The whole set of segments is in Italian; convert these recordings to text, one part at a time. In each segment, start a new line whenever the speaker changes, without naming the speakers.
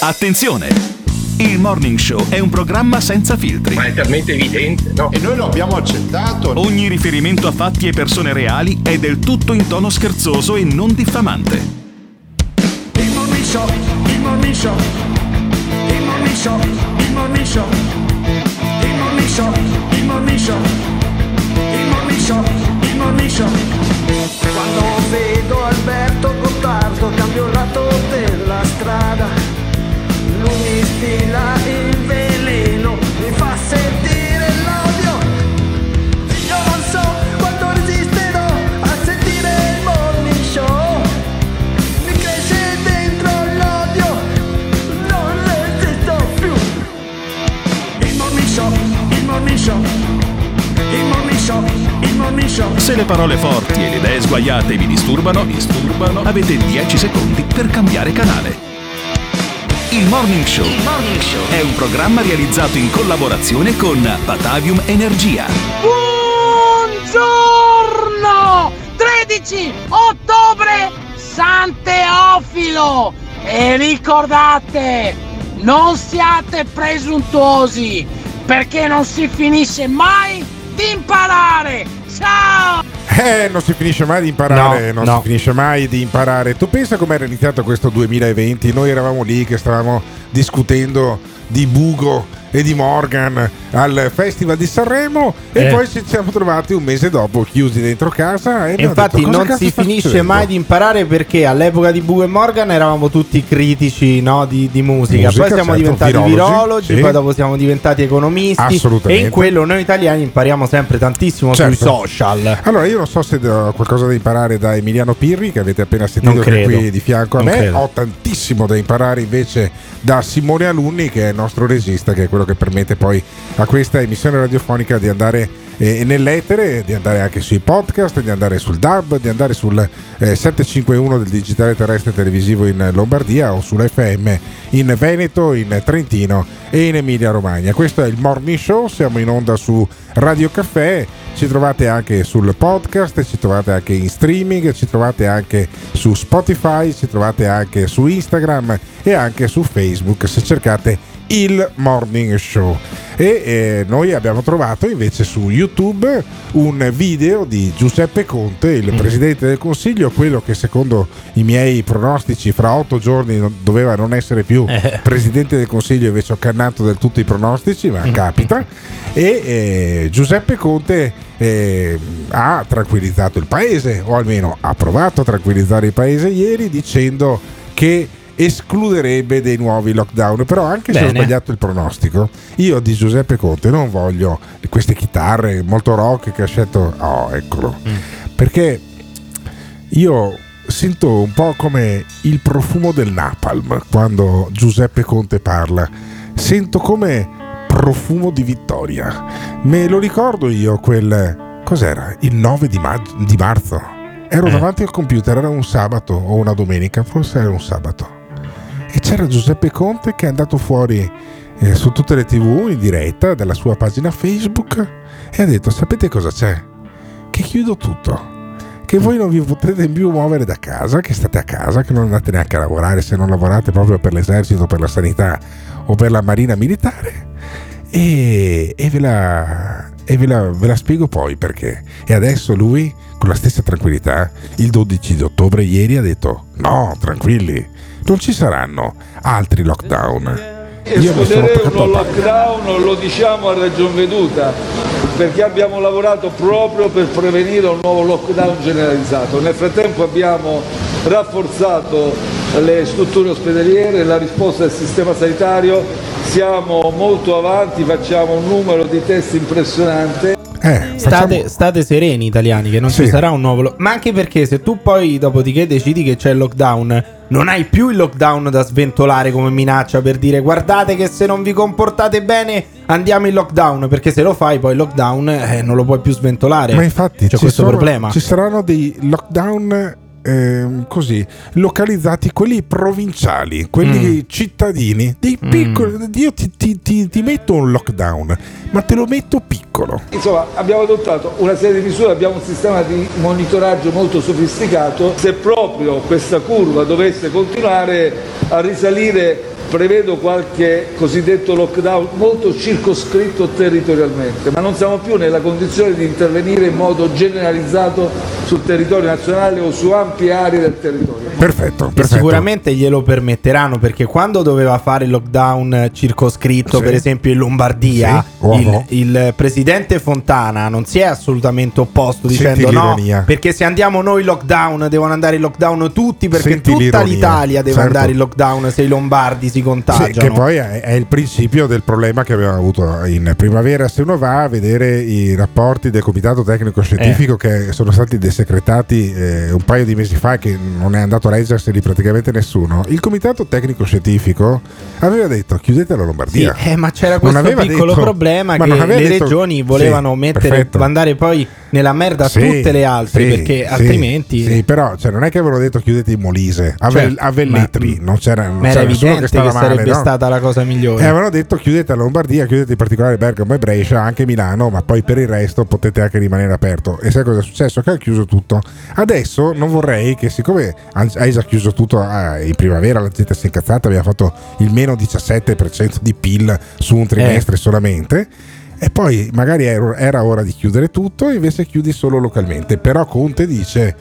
Attenzione! Il Morning Show è un programma senza filtri.
Ma è talmente evidente, no?
E noi lo abbiamo accettato.
Ogni riferimento a fatti e persone reali è del tutto in tono scherzoso e non diffamante.
Il Morning Show, il Morning Show, il Morning Show, il Morning Show, il Morning Show, il Morning Show, il Morning Show, il Morning Show. Quando vedo Alberto Gottardo cambio il lato della strada. Lui mi stila il veleno, mi fa sentire l'odio. Io non so quanto resisterò a sentire il Morning Show. Mi cresce dentro l'odio, non resisto più. Il Morning Show, il Morning Show, il Morning Show, il Morning Show.
Se le parole forti e le idee sguaiate vi disturbano, avete 10 secondi per cambiare canale. Il Morning Show è un programma realizzato in collaborazione con Batavium Energia.
Buongiorno! 13 ottobre, San Teofilo! E ricordate, non siate presuntuosi, perché non si finisce mai di imparare! Ciao!
Non si finisce mai di imparare, si finisce mai di imparare. Tu pensa com'era iniziato questo 2020? Noi eravamo lì che stavamo discutendo di Bugo e di Morgan al Festival di Sanremo e poi ci siamo trovati un mese dopo chiusi dentro casa e
infatti
detto,
non si finisce mai di imparare, perché all'epoca di Bugo e Morgan eravamo tutti critici, no, di musica. Poi siamo diventati virologi,
sì.
Poi dopo siamo diventati economisti.
Assolutamente.
E in quello noi italiani impariamo sempre tantissimo,
certo,
sui social.
Allora io non so se ho qualcosa da imparare da Emiliano Pirri, che avete appena sentito, che è qui di fianco a me. Ho tantissimo da imparare invece da Simone Alunni, che è il nostro regista, che è quello che permette poi a questa emissione radiofonica di andare nell'etere, di andare anche sui podcast, di andare sul DAB, di andare sul 751 del digitale terrestre televisivo in Lombardia o sull'FM in Veneto, in Trentino e in Emilia Romagna. Questo è il Morning Show, siamo in onda su Radio Caffè, ci trovate anche sul podcast, ci trovate anche in streaming, ci trovate anche su Spotify, ci trovate anche su Instagram e anche su Facebook se cercate il Morning Show. E noi abbiamo trovato invece su YouTube un video di Giuseppe Conte, il Presidente del Consiglio, quello che secondo i miei pronostici fra 8 giorni doveva non essere più Presidente del Consiglio, invece ho cannato del tutto i pronostici, ma capita. E Giuseppe Conte ha tranquillizzato il paese, o almeno ha provato a tranquillizzare il paese ieri, dicendo che escluderebbe dei nuovi lockdown. Però anche se ho sbagliato il pronostico, io di Giuseppe Conte non voglio queste chitarre molto rock che ha scelto. Eccolo. Perché io sento un po' come il profumo del napalm quando Giuseppe Conte parla, sento come profumo di vittoria. Me lo ricordo io cos'era? Il 9 di marzo. Ero davanti al computer, era un sabato o una domenica, forse era un sabato. E c'era Giuseppe Conte che è andato fuori su tutte le TV in diretta dalla sua pagina Facebook e ha detto: sapete cosa c'è? Che chiudo tutto, che voi non vi potrete più muovere da casa, che state a casa, che non andate neanche a lavorare se non lavorate proprio per l'esercito, per la sanità o per la marina militare, e ve la spiego poi perché. E adesso lui, con la stessa tranquillità, il 12 di ottobre ieri ha detto: no, tranquilli, non ci saranno altri lockdown.
Escludere un lockdown lo diciamo a ragion veduta, perché abbiamo lavorato proprio per prevenire un nuovo lockdown generalizzato. Nel frattempo abbiamo rafforzato le strutture ospedaliere, la risposta del sistema sanitario, siamo molto avanti, facciamo un numero di test impressionante.
State sereni italiani, che non ci sarà un nuovo ma anche perché se tu poi dopodiché decidi che c'è il lockdown, non hai più il lockdown da sventolare come minaccia per dire: guardate che se non vi comportate bene andiamo in lockdown, perché se lo fai poi il lockdown non lo puoi più sventolare.
Ma infatti
c'è questo problema.
Ci saranno dei lockdown così localizzati, quelli provinciali, quelli cittadini, dei piccoli. Io ti metto un lockdown, ma te lo metto piccolo.
Insomma, abbiamo adottato una serie di misure, abbiamo un sistema di monitoraggio molto sofisticato. Se proprio questa curva dovesse continuare a risalire prevedo qualche cosiddetto lockdown molto circoscritto territorialmente, ma non siamo più nella condizione di intervenire in modo generalizzato sul territorio nazionale o su ampie aree del territorio.
Perfetto.
Sicuramente glielo permetteranno, perché quando doveva fare il lockdown circoscritto, per esempio in Lombardia, il presidente Fontana non si è assolutamente opposto dicendo no, perché se andiamo noi in lockdown devono andare in lockdown tutti, perché tutta l'Italia deve andare in lockdown se i lombardi si contagiano.
Che poi è il principio del problema che abbiamo avuto in primavera. Se uno va a vedere i rapporti del Comitato Tecnico Scientifico che sono stati desecretati un paio di mesi fa, che non è andato a leggerseli praticamente nessuno, il Comitato Tecnico Scientifico aveva detto chiudete la Lombardia.
Ma c'era questo piccolo problema che le regioni volevano mandare poi nella merda tutte le altre, perché altrimenti
però non è che avevano detto chiudete in Molise, a Velletri non c'era
evidente che sarebbe stata la cosa migliore.
Avevano detto chiudete la Lombardia, chiudete in particolare Bergamo e Brescia, anche Milano, ma poi per il resto potete anche rimanere aperto. E sai cosa è successo? Che ha chiuso tutto. Adesso non vorrei che, siccome hai già chiuso tutto in primavera, la gente si è incazzata, abbiamo fatto il meno 17% di PIL su un trimestre solamente, e poi magari era ora di chiudere tutto e invece chiudi solo localmente. Però Conte dice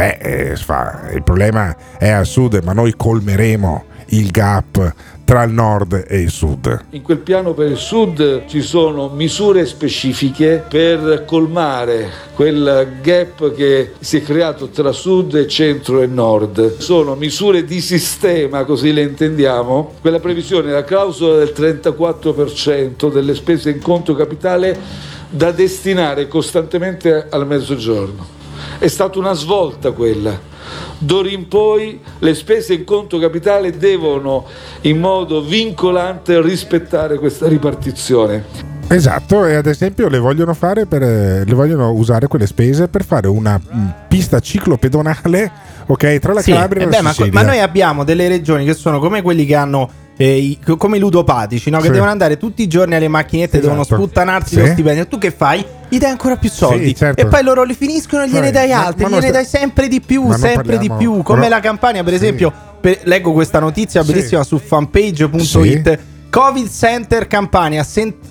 il problema è al sud, ma noi colmeremo il gap tra il nord e il sud.
In quel piano per il sud ci sono misure specifiche per colmare quel gap che si è creato tra sud e centro e nord. Sono misure di sistema, così le intendiamo. Quella previsione, la clausola del 34% delle spese in conto capitale da destinare costantemente al Mezzogiorno. È stata una svolta quella. D'ora in poi le spese in conto capitale devono in modo vincolante rispettare questa ripartizione.
Esatto, e ad esempio le vogliono usare quelle spese per fare una pista ciclopedonale, tra la Calabria e la Sicilia.
Ma noi abbiamo delle regioni che sono come quelli che hanno come i ludopatici, no? Che devono andare tutti i giorni alle macchinette, devono sputtanarsi lo stipendio. Tu che fai? Gli dai ancora più soldi, e poi loro li finiscono e gliene dai altri, gliene dai sempre di più, come la Campania, per esempio. Leggo questa notizia bellissima su fanpage.it. Covid Center Campania,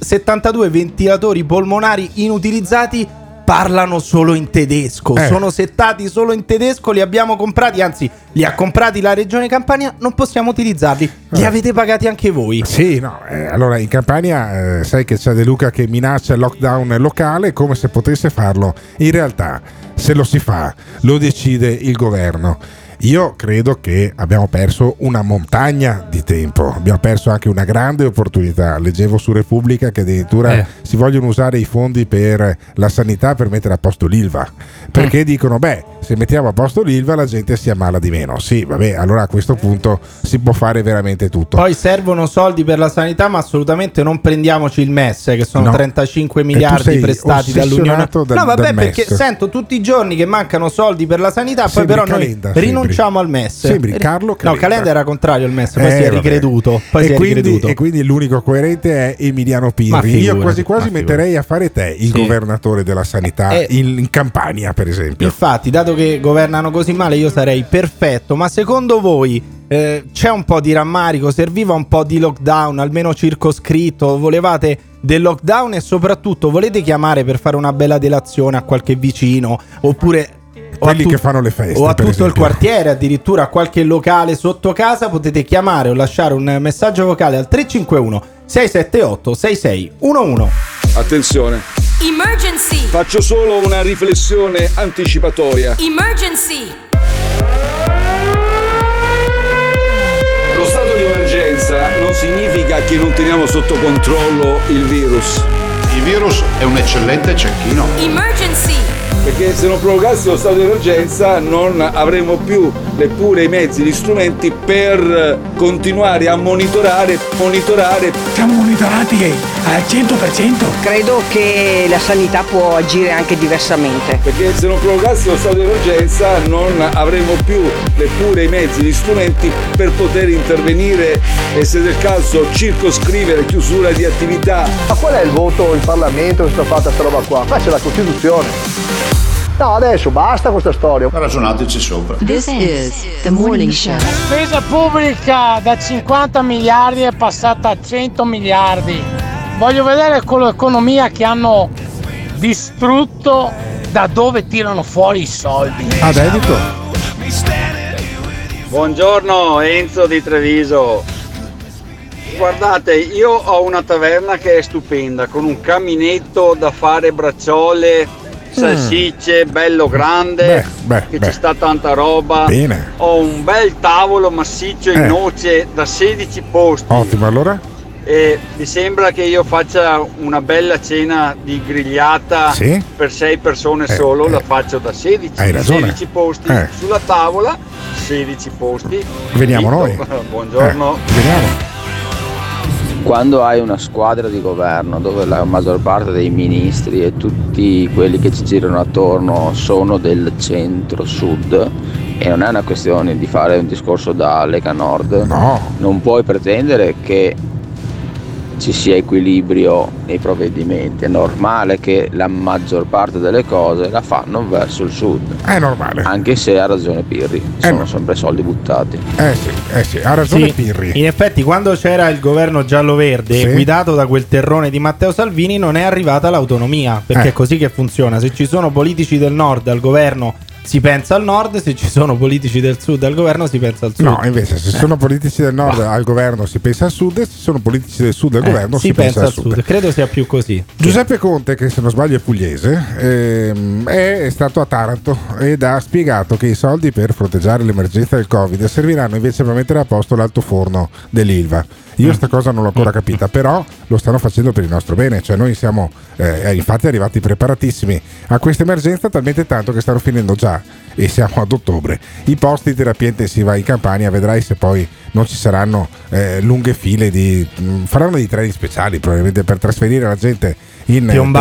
72 ventilatori polmonari inutilizzati, parlano solo in tedesco, sono settati solo in tedesco, li abbiamo comprati, anzi li ha comprati la regione Campania, non possiamo utilizzarli, li avete pagati anche voi.
Allora in Campania sai che c'è De Luca che minaccia il lockdown locale come se potesse farlo. In realtà se lo si fa lo decide il governo. Io credo che abbiamo perso una montagna di tempo, abbiamo perso anche una grande opportunità. Leggevo su Repubblica che addirittura si vogliono usare i fondi per la sanità per mettere a posto l'ILVA, perché dicono se mettiamo a posto l'ILVA la gente si ammala di meno. Allora a questo punto si può fare veramente tutto.
Poi servono soldi per la sanità, ma assolutamente non prendiamoci il MES, che sono 35 miliardi prestati dall'Unione. Perché sento tutti i giorni che mancano soldi per la sanità, poi però noi rinunciamo al MES. Calenda era contrario al MES, poi si è ricreduto.
E quindi l'unico coerente è Emiliano Pirri. Io quasi metterei a fare te il governatore della sanità in Campania, per esempio.
Infatti, dato che governano così male, io sarei perfetto. Ma secondo voi c'è un po' di rammarico? Serviva un po' di lockdown, almeno circoscritto? Volevate del lockdown e soprattutto volete chiamare per fare una bella delazione a qualche vicino, oppure
quelli che fanno le feste,
o a tutto il quartiere, addirittura a qualche locale sotto casa? Potete chiamare o lasciare un messaggio vocale al 351 678 6611.
Attenzione,
emergency,
faccio solo una riflessione anticipatoria.
Emergency.
Lo stato di emergenza non significa che non teniamo sotto controllo il virus.
Il virus è un eccellente cecchino.
Emergency.
Perché se non provocassimo lo stato di emergenza non avremo più neppure i mezzi, gli strumenti per continuare a monitorare.
Siamo monitorati al 100%.
Credo che la sanità può agire anche diversamente.
Perché se non provocassimo lo stato di emergenza non avremo più neppure i mezzi, gli strumenti per poter intervenire e, se del caso, circoscrivere chiusura di attività.
Ma qual è il voto in Parlamento che sta fatta sta roba qua? Qua c'è la Costituzione. No, adesso basta questa storia.
Ragionateci sopra.
This is the morning show.
La spesa pubblica da 50 miliardi è passata a 100 miliardi. Voglio vedere con l'economia che hanno distrutto, da dove tirano fuori i soldi.
Dedito.
Buongiorno, Enzo di Treviso. Guardate, io ho una taverna che è stupenda, con un caminetto da fare bracciole, salsicce, bello grande, c'è sta tanta roba.
Bene.
Ho un bel tavolo massiccio in noce da 16 posti.
Ottimo, allora?
E mi sembra che io faccia una bella cena di grigliata per 6 persone solo, la faccio da 16.
Hai ragione.
16 posti sulla tavola, 16 posti.
Veniamo noi.
Buongiorno.
Veniamo.
Quando hai una squadra di governo dove la maggior parte dei ministri e tutti quelli che ci girano attorno sono del centro-sud, e non è una questione di fare un discorso da Lega Nord, non puoi pretendere che ci sia equilibrio nei provvedimenti. È normale che la maggior parte delle cose la fanno verso il sud.
È normale.
Anche se ha ragione Pirri, sono sempre soldi buttati.
Sì, ha ragione Pirri.
In effetti quando c'era il governo giallo-verde guidato da quel terrone di Matteo Salvini non è arrivata l'autonomia, perché è così che funziona. Se ci sono politici del nord al governo si pensa al nord, se ci sono politici del sud al governo si pensa al sud.
No, invece se sono politici del nord al governo si pensa al sud, e se sono politici del sud al governo si pensa al sud.
Credo sia più così.
Giuseppe Conte, che se non sbaglio è pugliese, è stato a Taranto ed ha spiegato che i soldi per fronteggiare l'emergenza del Covid serviranno invece per mettere a posto l'altoforno dell'Ilva. Io sta cosa non l'ho ancora capita, però lo stanno facendo per il nostro bene, cioè noi siamo infatti arrivati preparatissimi a questa emergenza, talmente tanto che stanno finendo già, e siamo ad ottobre, i posti di terapia intensiva in Campania. Vedrai se poi non ci saranno lunghe file faranno dei treni speciali probabilmente per trasferire la gente in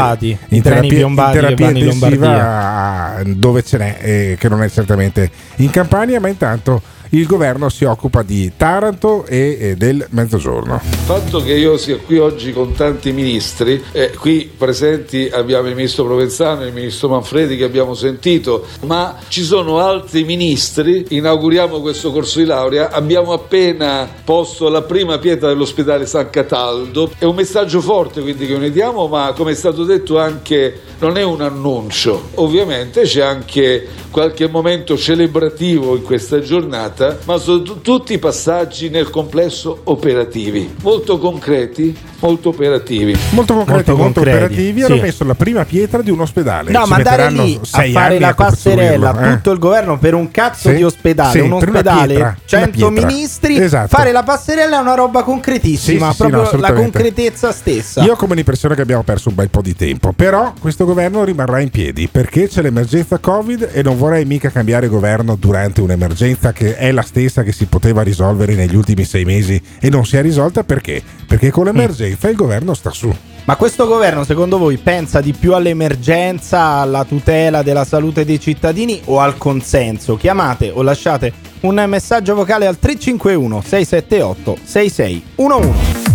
terapia intensiva dove ce n'è, che non è certamente in Campania, ma intanto il governo si occupa di Taranto e del Mezzogiorno.
Il fatto che io sia qui oggi con tanti ministri, qui presenti abbiamo il ministro Provenzano e il ministro Manfredi che abbiamo sentito, ma ci sono altri ministri. Inauguriamo questo corso di laurea, abbiamo appena posto la prima pietra dell'ospedale San Cataldo. È un messaggio forte quindi che noi diamo, ma come è stato detto anche non è un annuncio. Ovviamente c'è anche qualche momento celebrativo in questa giornata, ma sono tutti passaggi nel complesso operativi, molto concreti, molto operativi.
Molto operativi. Hanno messo la prima pietra di un ospedale.
No, ma andare lì a fare la passerella a tutto il governo per un cazzo di ospedale, un ospedale, 100 ministri, fare la passerella è una roba concretissima, proprio la concretezza stessa.
Io ho come l'impressione che abbiamo perso un bel po' di tempo, però questo governo rimarrà in piedi perché c'è l'emergenza Covid e non vorrei mica cambiare governo durante un'emergenza che è la stessa che si poteva risolvere negli ultimi 6 mesi e non si è risolta. Perché con l'emergenza il governo sta su.
Ma questo governo secondo voi pensa di più all'emergenza, alla tutela della salute dei cittadini o al consenso? Chiamate o lasciate un messaggio vocale al 351 678 6611.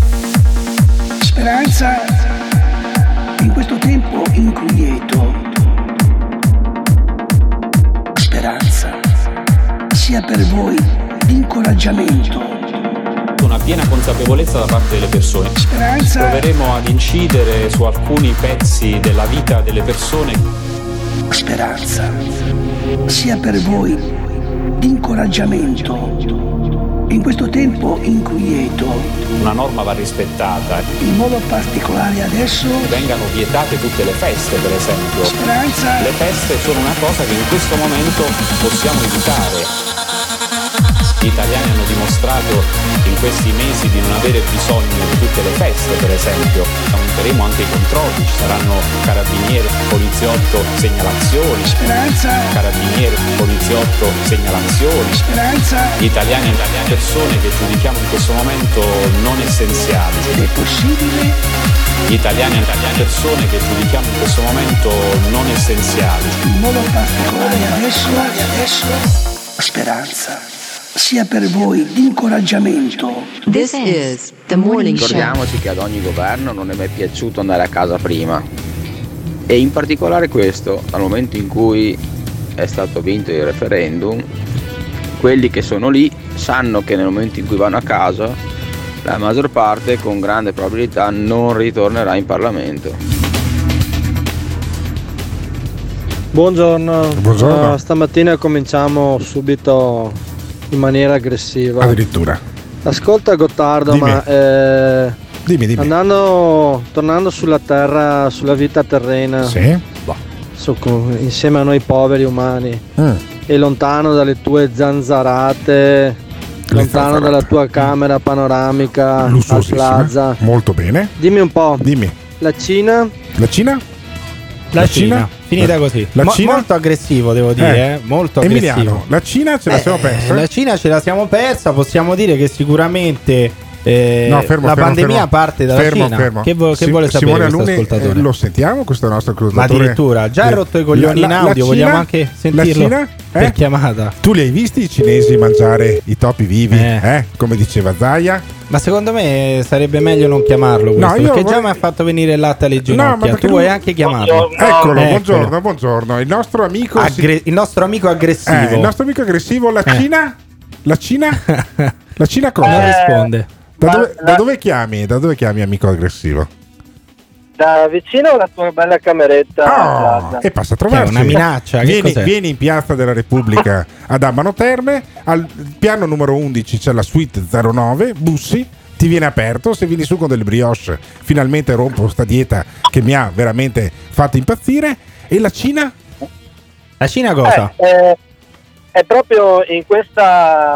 Speranza in questo tempo inquieto. Speranza sia per voi incoraggiamento.
Una piena consapevolezza da parte delle persone.
Speranza.
Proveremo ad incidere su alcuni pezzi della vita delle persone.
Speranza sia per voi incoraggiamento. In questo tempo inquieto.
Una norma va rispettata.
In modo particolare adesso.
Vengano vietate tutte le feste, per esempio.
Speranza.
Le feste sono una cosa che in questo momento possiamo evitare. Gli italiani hanno dimostrato in questi mesi di non avere bisogno di tutte le feste, per esempio. Aumenteremo anche i controlli, ci saranno carabinieri, poliziotto, segnalazioni.
Speranza.
Carabinieri, poliziotto, segnalazioni.
Speranza.
Gli italiani, persone che giudichiamo in questo momento non essenziali.
È possibile?
Gli italiani, persone che giudichiamo in questo momento non essenziali.
In modo particolare adesso. Speranza sia per voi di incoraggiamento.
This is the morning show.
Ricordiamoci che ad ogni governo non è mai piaciuto andare a casa prima E in particolare questo, al momento in cui è stato vinto il referendum, quelli che sono lì sanno che nel momento in cui vanno a casa la maggior parte con grande probabilità non ritornerà in Parlamento.
Buongiorno. Stamattina cominciamo subito in maniera aggressiva.
Addirittura.
Ascolta Gottardo,
Dimmi.
ma
Dimmi.
tornando sulla terra, sulla vita terrena,
Sì.
Insieme a noi poveri umani, e lontano dalle tue zanzarate, lontano dalla tua camera panoramica al plaza.
Molto bene.
Dimmi un po'.
Dimmi.
La Cina?
La Cina?
La Cina, finita così.
La Cina?
Molto aggressivo, devo dire, molto aggressivo.
Emiliano, la Cina ce la siamo persa?
La Cina ce la siamo persa, possiamo dire che sicuramente la pandemia parte dalla Cina.
Fermo.
Che vuole sapere
Simone
questo
Alunni,
ascoltatore?
lo sentiamo questo nostro
Ma
ascoltatore?
addirittura già ha rotto i coglioni in audio, vogliamo anche sentirlo
la Cina?
per chiamata.
Tu li hai visti i cinesi mangiare i topi vivi? Come diceva Zaia?
Ma secondo me sarebbe meglio non chiamarlo questo, perché già mi ha fatto venire il latte alle ginocchia. Tu vuoi anche chiamarlo?
Eccolo, buongiorno. Il nostro amico
il nostro amico aggressivo.
Il nostro amico aggressivo, la Cina? La Cina? La Cina cosa?
Non risponde.
Da dove chiami? Da dove chiami amico aggressivo?
Da vicino alla tua bella cameretta.
E passa a trovarci.
È una minaccia.
Vieni in Piazza della Repubblica ad Abano Terme, al piano numero 11 c'è la suite 09, bussi, ti viene aperto, se vieni su con delle brioche finalmente rompo sta dieta che mi ha veramente fatto impazzire. E la Cina?
La Cina cosa?
È proprio in questa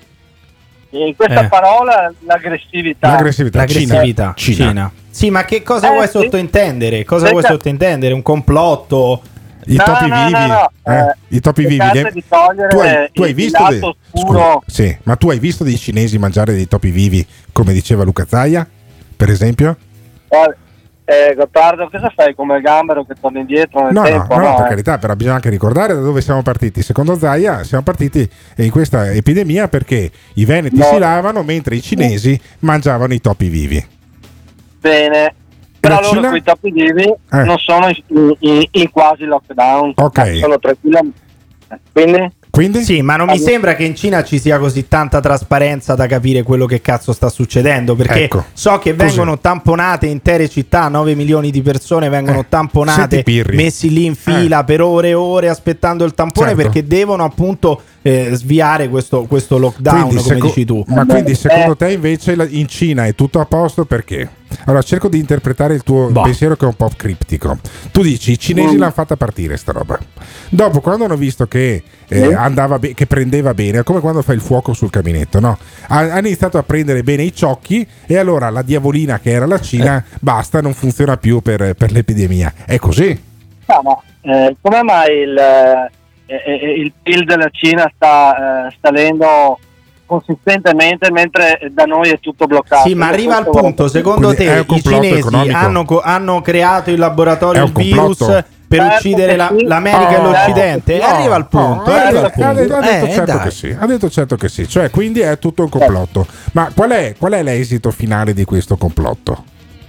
parola l'aggressività.
Cina. Sì, ma che cosa vuoi sottintendere? Cosa vuoi sottintendere? Un complotto?
I topi vivi? I topi vivi. Tu hai visto sì, ma tu hai visto dei cinesi mangiare dei topi vivi, come diceva Luca Zaia, per esempio?
Gottardo, cosa fai come il gambero che torna indietro nel tempo?
No, per carità, però bisogna anche ricordare da dove siamo partiti. Secondo Zaia siamo partiti in questa epidemia perché i veneti si lavano mentre i cinesi mangiavano i topi vivi.
Bene, però loro con i topi vivi non sono in quasi lockdown, sono tranquillamente.
Quindi?
Sì, ma non mi sembra che in Cina ci sia così tanta trasparenza da capire quello che cazzo sta succedendo, perché so che vengono tamponate intere città, 9 milioni di persone vengono tamponate, messi lì in fila per ore e ore aspettando il tampone perché devono appunto sviare questo lockdown, quindi, come dici tu.
Ma quindi secondo te invece in Cina è tutto a posto perché? Allora cerco di interpretare il tuo pensiero che è un po' criptico. Tu dici i cinesi l'hanno fatta partire sta roba, dopo quando hanno visto che andava che prendeva bene, è come quando fai il fuoco sul caminetto, no? Hanno iniziato a prendere bene i ciocchi e allora la diavolina che era la Cina basta, non funziona più per l'epidemia. È così?
No, ma come mai il PIL della Cina sta salendo consistentemente mentre da noi è tutto bloccato?
Sì, ma arriva al punto, secondo te i cinesi hanno creato in laboratorio il virus per uccidere l'America e l'Occidente? Arriva al punto.
Ha detto certo che sì, cioè quindi è tutto un complotto. Ma qual è l'esito finale di questo complotto?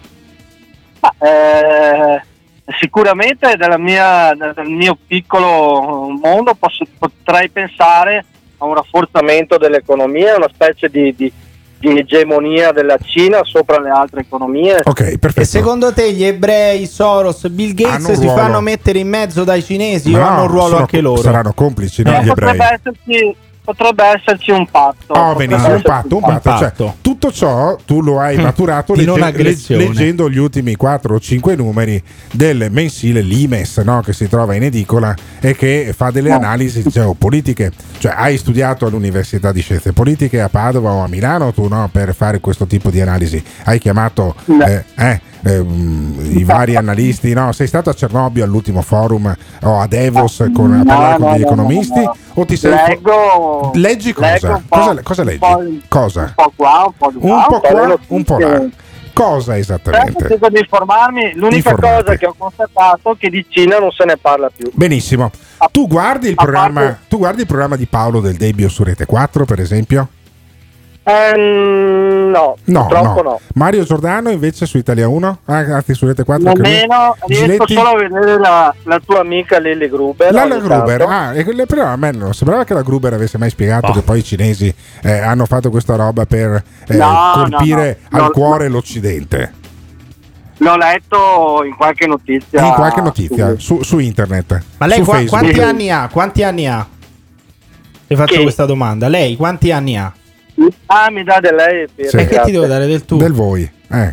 Sicuramente dal mio piccolo mondo potrei pensare a un rafforzamento dell'economia, una specie di egemonia della Cina sopra le altre economie.
Ok, perfetto.
E secondo te gli ebrei, Soros, Bill Gates si fanno mettere in mezzo dai cinesi o hanno un ruolo anche loro?
Saranno complici, no, gli ebrei?
Potrebbe esserci un patto.
Benissimo, un patto. Cioè, tutto ciò tu lo hai maturato leggendo gli ultimi 4 o 5 numeri del mensile Limes, no? Che si trova in edicola e che fa delle analisi geopolitiche. Cioè, hai studiato all'Università di Scienze Politiche a Padova o a Milano, tu no? Per fare questo tipo di analisi hai chiamato i vari analisti, no? Sei stato a Cernobbio all'ultimo forum o a Davos a parlare con degli economisti? O ti sei leggi cosa? Cosa leggi? Cosa?
Un po' qua,
un po' là. Cosa esattamente?
Cerco di informarmi. L'unica cosa che ho constatato è che di Cina non se ne parla più.
Benissimo. Tu guardi il programma di Paolo Del Debbio su Rete 4, per esempio?
No, purtroppo no.
Mario Giordano invece su Italia 1, anzi su Rete 4.
Nemmeno, riesco solo a vedere la tua amica Lily Gruber.
Lala Gruber, però a me non sembrava che la Gruber avesse mai spiegato che poi i cinesi hanno fatto questa roba per colpire al cuore l'Occidente.
L'ho letto in qualche notizia.
Su internet.
Ma lei quanti anni ha? Le faccio questa domanda. Lei quanti anni ha?
Mi dà del lei.
E che ti devo dare del tu?
Del voi.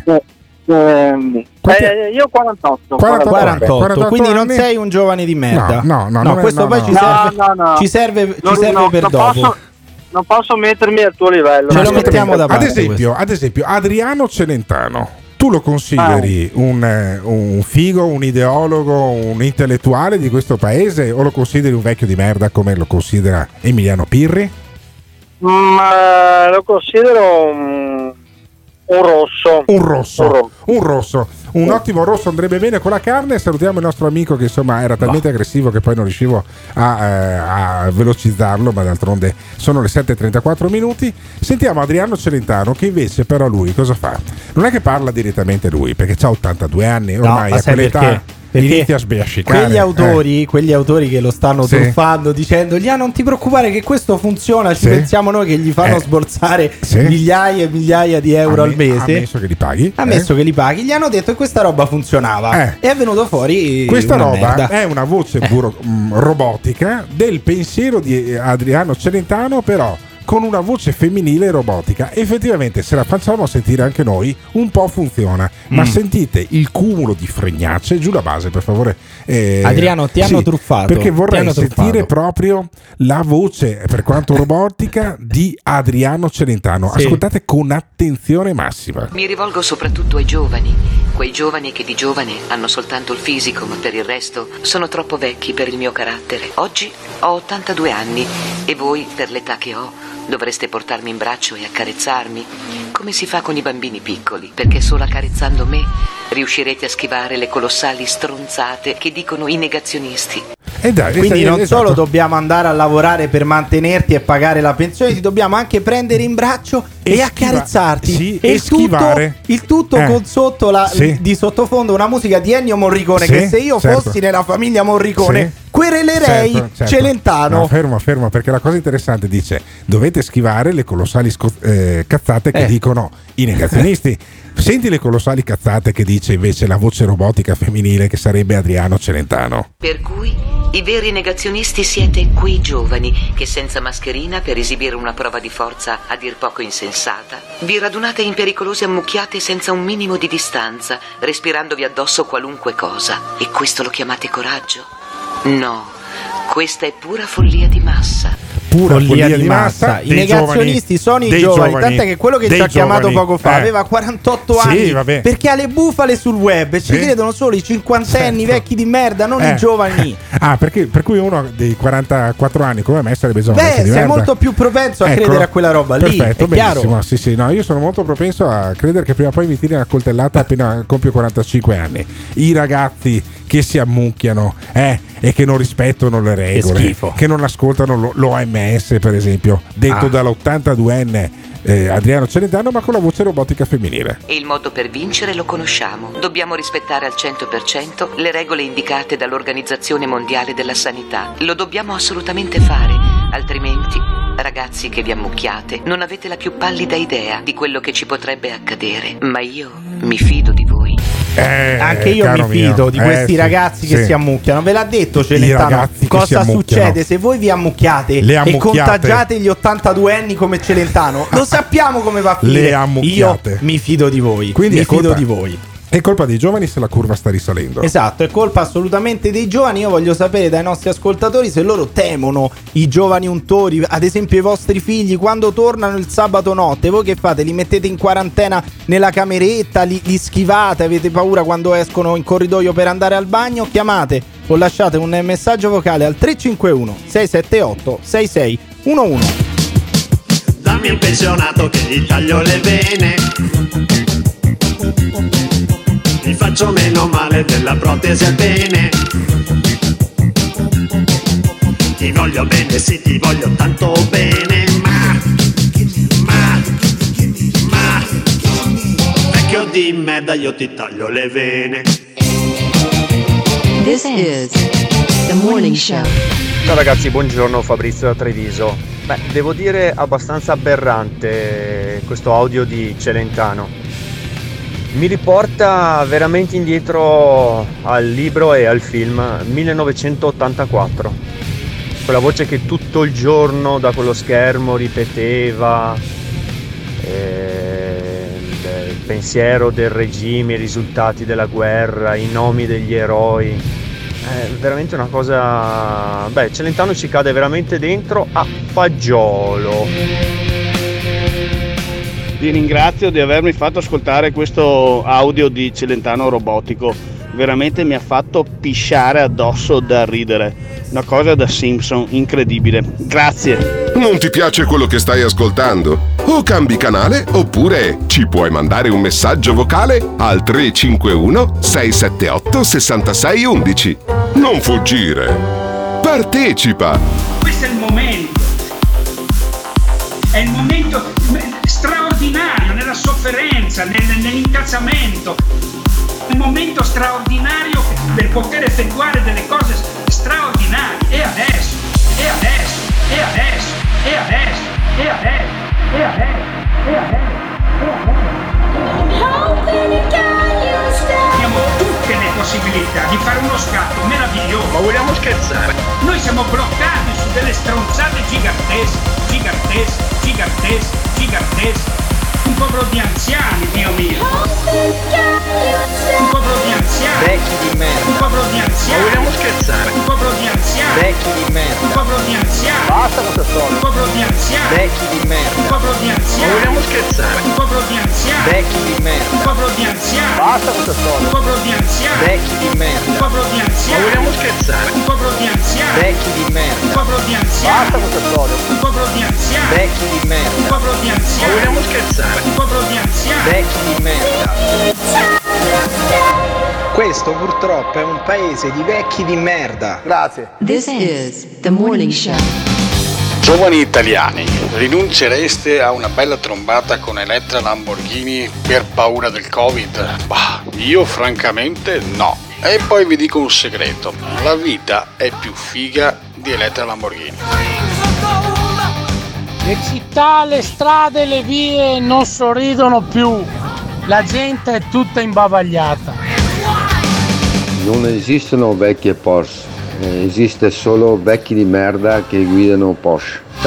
Io 48.
Quindi non sei un giovane di merda.
No,
questo poi ci serve per dopo.
Non posso mettermi al tuo livello.
Ce lo mettiamo da parte.
Ad esempio Adriano Celentano, tu lo consideri un figo, un ideologo, un intellettuale di questo paese, o lo consideri un vecchio di merda come lo considera Emiliano Pirri?
Ma lo considero un rosso.
Un ottimo rosso, andrebbe bene con la carne. Salutiamo il nostro amico che insomma era talmente aggressivo che poi non riuscivo a velocizzarlo, ma d'altronde sono le 7:34 minuti. Sentiamo Adriano Celentano, che invece però lui cosa fa? Non è che parla direttamente lui, perché ha 82 anni ormai, a quell'età inizia a sbiascicare.
Quegli autori che lo stanno truffando dicendogli non ti preoccupare che questo funziona, ci pensiamo noi, che gli fanno sborsare migliaia e migliaia di euro al mese,
ammesso che li paghi,
gli hanno detto che questa roba funzionava e è venuto fuori
questa roba
merda.
È una voce robotica del pensiero di Adriano Celentano, però con una voce femminile robotica. Effettivamente, se la facciamo sentire anche noi, un po' funziona. Ma sentite il cumulo di fregnacce. Giù la base, per favore.
Adriano, ti hanno truffato.
Perché vorrei sentire proprio la voce, per quanto robotica, di Adriano Celentano. Ascoltate con attenzione massima.
Mi rivolgo soprattutto ai giovani. Quei giovani che di giovane hanno soltanto il fisico, ma per il resto sono troppo vecchi per il mio carattere. Oggi ho 82 anni e voi, per l'età che ho, dovreste portarmi in braccio e accarezzarmi come si fa con i bambini piccoli, perché solo accarezzando me riuscirete a schivare le colossali stronzate che dicono i negazionisti.
Quindi non solo dobbiamo andare a lavorare per mantenerti e pagare la pensione, ti dobbiamo anche prendere in braccio e accarezzarti e schivare. Il tutto con sotto di sottofondo una musica di Ennio Morricone, che se io fossi nella famiglia Morricone querelerei Celentano.
No, fermo, perché la cosa interessante dice: dovete schivare le colossali cazzate che dicono i negazionisti. Senti le colossali cazzate che dice invece la voce robotica femminile, che sarebbe Adriano Celentano.
Per cui i veri negazionisti siete quei giovani che senza mascherina, per esibire una prova di forza a dir poco insensata, vi radunate in pericolose ammucchiate senza un minimo di distanza, respirandovi addosso qualunque cosa. E questo lo chiamate coraggio? No, questa è pura follia di massa.
Follia di massa. I negazionisti sono i giovani, tant'è che quello che ci ha chiamato poco fa aveva 48 anni, perché ha le bufale sul web, ci credono solo i cinquantenni vecchi di merda, non i giovani.
Per cui uno dei 44 anni come me sarebbe giovane.
Sei molto più propenso a credere a quella roba lì.
Perfetto,
è chiaro.
No, io sono molto propenso a credere che prima o poi mi tiri una coltellata appena compio 45 anni. I ragazzi che si ammucchiano e che non rispettano le regole, che non ascoltano l'OMS, per esempio, detto dall'82enne Adriano Celentano, ma con la voce robotica femminile.
E il modo per vincere lo conosciamo. Dobbiamo rispettare al 100% le regole indicate dall'Organizzazione Mondiale della Sanità. Lo dobbiamo assolutamente fare, altrimenti, ragazzi che vi ammucchiate, non avete la più pallida idea di quello che ci potrebbe accadere. Ma io mi fido di voi.
Anche io mi fido di questi ragazzi che si ammucchiano. Ve l'ha detto Celentano cosa succede se voi vi ammucchiate e contagiate gli 82enni come Celentano. Lo sappiamo come va a finire. Io mi fido di voi.
Quindi
mi fido di voi.
È colpa dei giovani se la curva sta risalendo.
Esatto, è colpa assolutamente dei giovani. Io voglio sapere dai nostri ascoltatori se loro temono i giovani untori, ad esempio i vostri figli, quando tornano il sabato notte. Voi che fate? Li mettete in quarantena nella cameretta, li schivate, avete paura quando escono in corridoio per andare al bagno? Chiamate o lasciate un messaggio vocale al 351 678 6611.
Dammi un pensionato che gli taglio le vene, mi faccio meno male della protesi al pene. Ti voglio bene, sì, ti voglio tanto bene, ma di merda, io ti taglio le vene.
This is The Morning Show.
Ciao ragazzi, buongiorno, Fabrizio da Treviso. Devo dire abbastanza aberrante questo audio di Celentano. Mi riporta veramente indietro al libro e al film 1984. Quella voce che tutto il giorno da quello schermo ripeteva il pensiero del regime, i risultati della guerra, i nomi degli eroi. È veramente una cosa... Celentano ci cade veramente dentro a fagiolo.
Vi ringrazio di avermi fatto ascoltare questo audio di Celentano robotico. Veramente mi ha fatto pisciare addosso da ridere. Una cosa da Simpson, incredibile. Grazie.
Non ti piace quello che stai ascoltando? O cambi canale oppure ci puoi mandare un messaggio vocale al 351 678 6611. Non fuggire. Partecipa.
Questo è il momento. È il momento straordinario nella sofferenza, nell'incazzamento. Un momento straordinario per poter effettuare delle cose straordinarie. E adesso, e adesso, e adesso, e adesso, e adesso, e adesso, e adesso, e adesso. Abbiamo tutte le possibilità di fare uno scatto meraviglioso.
Ma vogliamo scherzare?
Noi siamo bloccati su delle stronzate gigantesche, gigantesche, gigantesche, gigantesche. Un popolo di anziani, Dio mio. Un popolo di anziani.
Vecchi di merda.
Un popolo di anziani.
Ma vogliamo scherzare?
Un popolo di anziani.
Vecchi di merda.
Un popolo di anziani.
Basta questa storia.
Un popolo di anziani.
Vecchi di merda.
Un popolo di anziani.
Ma vogliamo scherzare?
Un popolo di anziani.
Vecchi di merda.
Un popolo di anziani.
Basta questa storia.
Un popolo di anziani.
Vecchi di merda.
Un popolo di
Ma
anziani.
vogliamo scherzare?
Un popolo di anziani.
Vecchi di merda.
Un popolo di anziani.
Basta questa storia.
Un popolo di anziani.
Vecchi di merda.
Un popolo di
Ma
anziani.
vogliamo scherzare?
Un popolo di anziani.
Vecchi di merda.
Questo purtroppo è un paese di vecchi di merda.
Grazie.
This is The Morning Show.
Giovani italiani, rinuncereste a una bella trombata con Elettra Lamborghini per paura del Covid? Io francamente no. E poi vi dico un segreto, la vita è più figa di Elettra Lamborghini.
Le città, le strade, le vie non sorridono più. La gente è tutta imbavagliata.
Non esistono vecchie Porsche, esiste solo vecchi di merda che guidano Porsche. Ciao.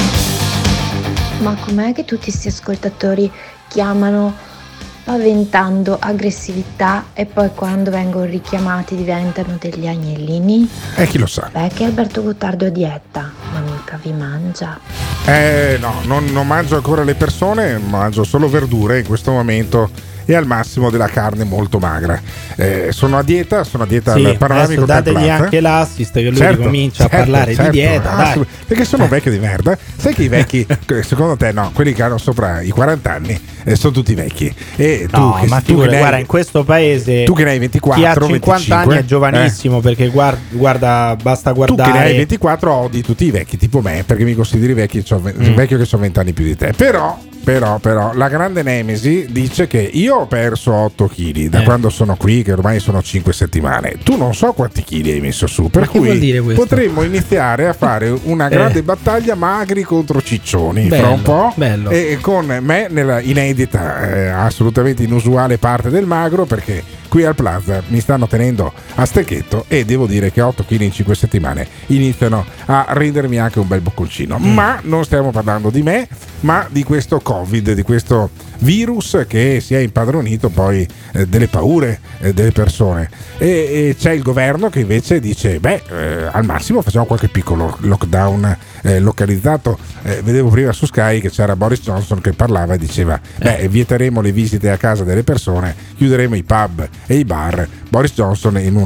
Ma com'è che tutti questi ascoltatori chiamano paventando aggressività e poi quando vengono richiamati diventano degli agnellini?
Chi lo sa?
Che Alberto Gottardo è a dieta, ma mica vi mangia.
No, non mangio ancora le persone, mangio solo verdure in questo momento e al massimo della carne molto magra. Sono a dieta
sì,
al panoramico.
Dategli anche l'assist che lui comincia a parlare di dieta, dai.
Perché sono vecchio di merda. Sai che i vecchi, secondo te, no, quelli che hanno sopra i 40 anni sono tutti vecchi. E tu,
no, ma tu guarda, in questo paese
tu che ne hai 24,
chi ha 50
25,
anni è giovanissimo, perché guarda, basta guardare.
Tu che ne hai 24 odi tutti i vecchi tipo me, perché mi consideri vecchio che ho 20 anni più di te. Però la grande nemesi dice che io ho perso 8 kg da quando sono qui, che ormai sono 5 settimane. Tu non so quanti chili hai messo su, per cui potremmo iniziare a fare una grande battaglia magri contro ciccioni fra un po'.
Bello.
E con me nella inedita, assolutamente inusuale parte del magro, perché qui al Plaza mi stanno tenendo a stecchetto e devo dire che 8 kg in 5 settimane iniziano a rendermi anche un bel bocconcino. Ma non stiamo parlando di me, ma di questo Covid, di questo virus che si è impadronito poi delle paure delle persone, e c'è il governo che invece dice al massimo facciamo qualche piccolo lockdown localizzato. Vedevo prima su Sky che c'era Boris Johnson che parlava e diceva vieteremo le visite a casa delle persone, chiuderemo i pub e i bar. Boris Johnson in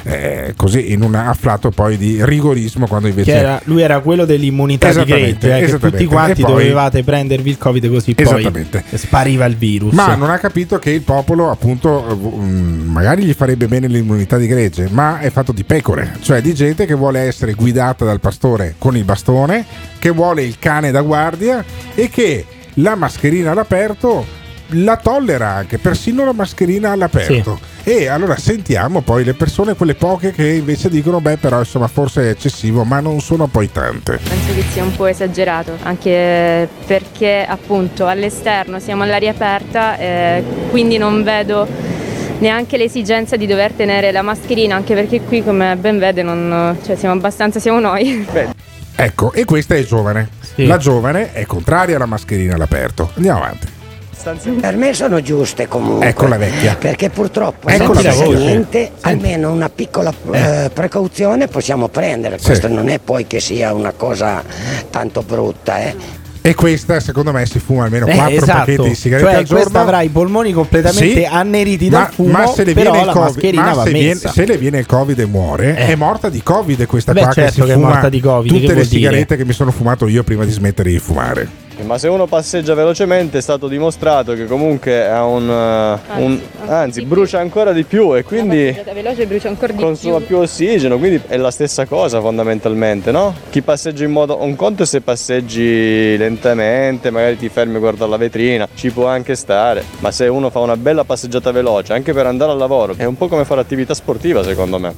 un afflato poi di rigorismo, quando invece
lui era quello dell'immunità di gregge, che tutti quanti dovevate prendervi il Covid così poi spariva il virus.
Ma non ha capito che il popolo, appunto, magari gli farebbe bene l'immunità di gregge, ma è fatto di pecore, cioè di gente che vuole essere guidata dal pastore con il bastone, che vuole il cane da guardia e che la mascherina all'aperto la tollera anche, persino la mascherina all'aperto. E allora sentiamo poi le persone, quelle poche che invece dicono però insomma forse è eccessivo, ma non sono poi tante.
Penso che sia un po' esagerato, anche perché appunto all'esterno siamo all'aria aperta, quindi non vedo neanche l'esigenza di dover tenere la mascherina, anche perché qui, come ben vede, siamo noi.
Ecco, e questa è giovane. La giovane è contraria alla mascherina all'aperto. Andiamo avanti.
Per me sono giuste comunque.
Ecco la vecchia.
Perché purtroppo
ecco
senza niente, almeno una piccola precauzione possiamo prendere. Questo non è poi che sia una cosa tanto brutta,
E questa secondo me si fuma almeno 4 pacchetti di sigarette al giorno.
Questa avrà i polmoni completamente anneriti dal fumo,
ma se le
però
viene il
la
COVID,
mascherina va messa.
Se le viene il Covid e muore, è morta di Covid questa qua
certo
che si
è
fuma
morta di COVID,
tutte le sigarette che mi sono fumato io prima di smettere di fumare.
Ma se uno passeggia velocemente è stato dimostrato che comunque ha anzi brucia ancora di più e quindi
veloce brucia ancora di
consuma più ossigeno, quindi è la stessa cosa fondamentalmente, no? Chi passeggia in modo, un conto è se passeggi lentamente, magari ti fermi a guardare la vetrina, ci può anche stare, ma se uno fa una bella passeggiata veloce anche per andare al lavoro è un po' come fare attività sportiva secondo me.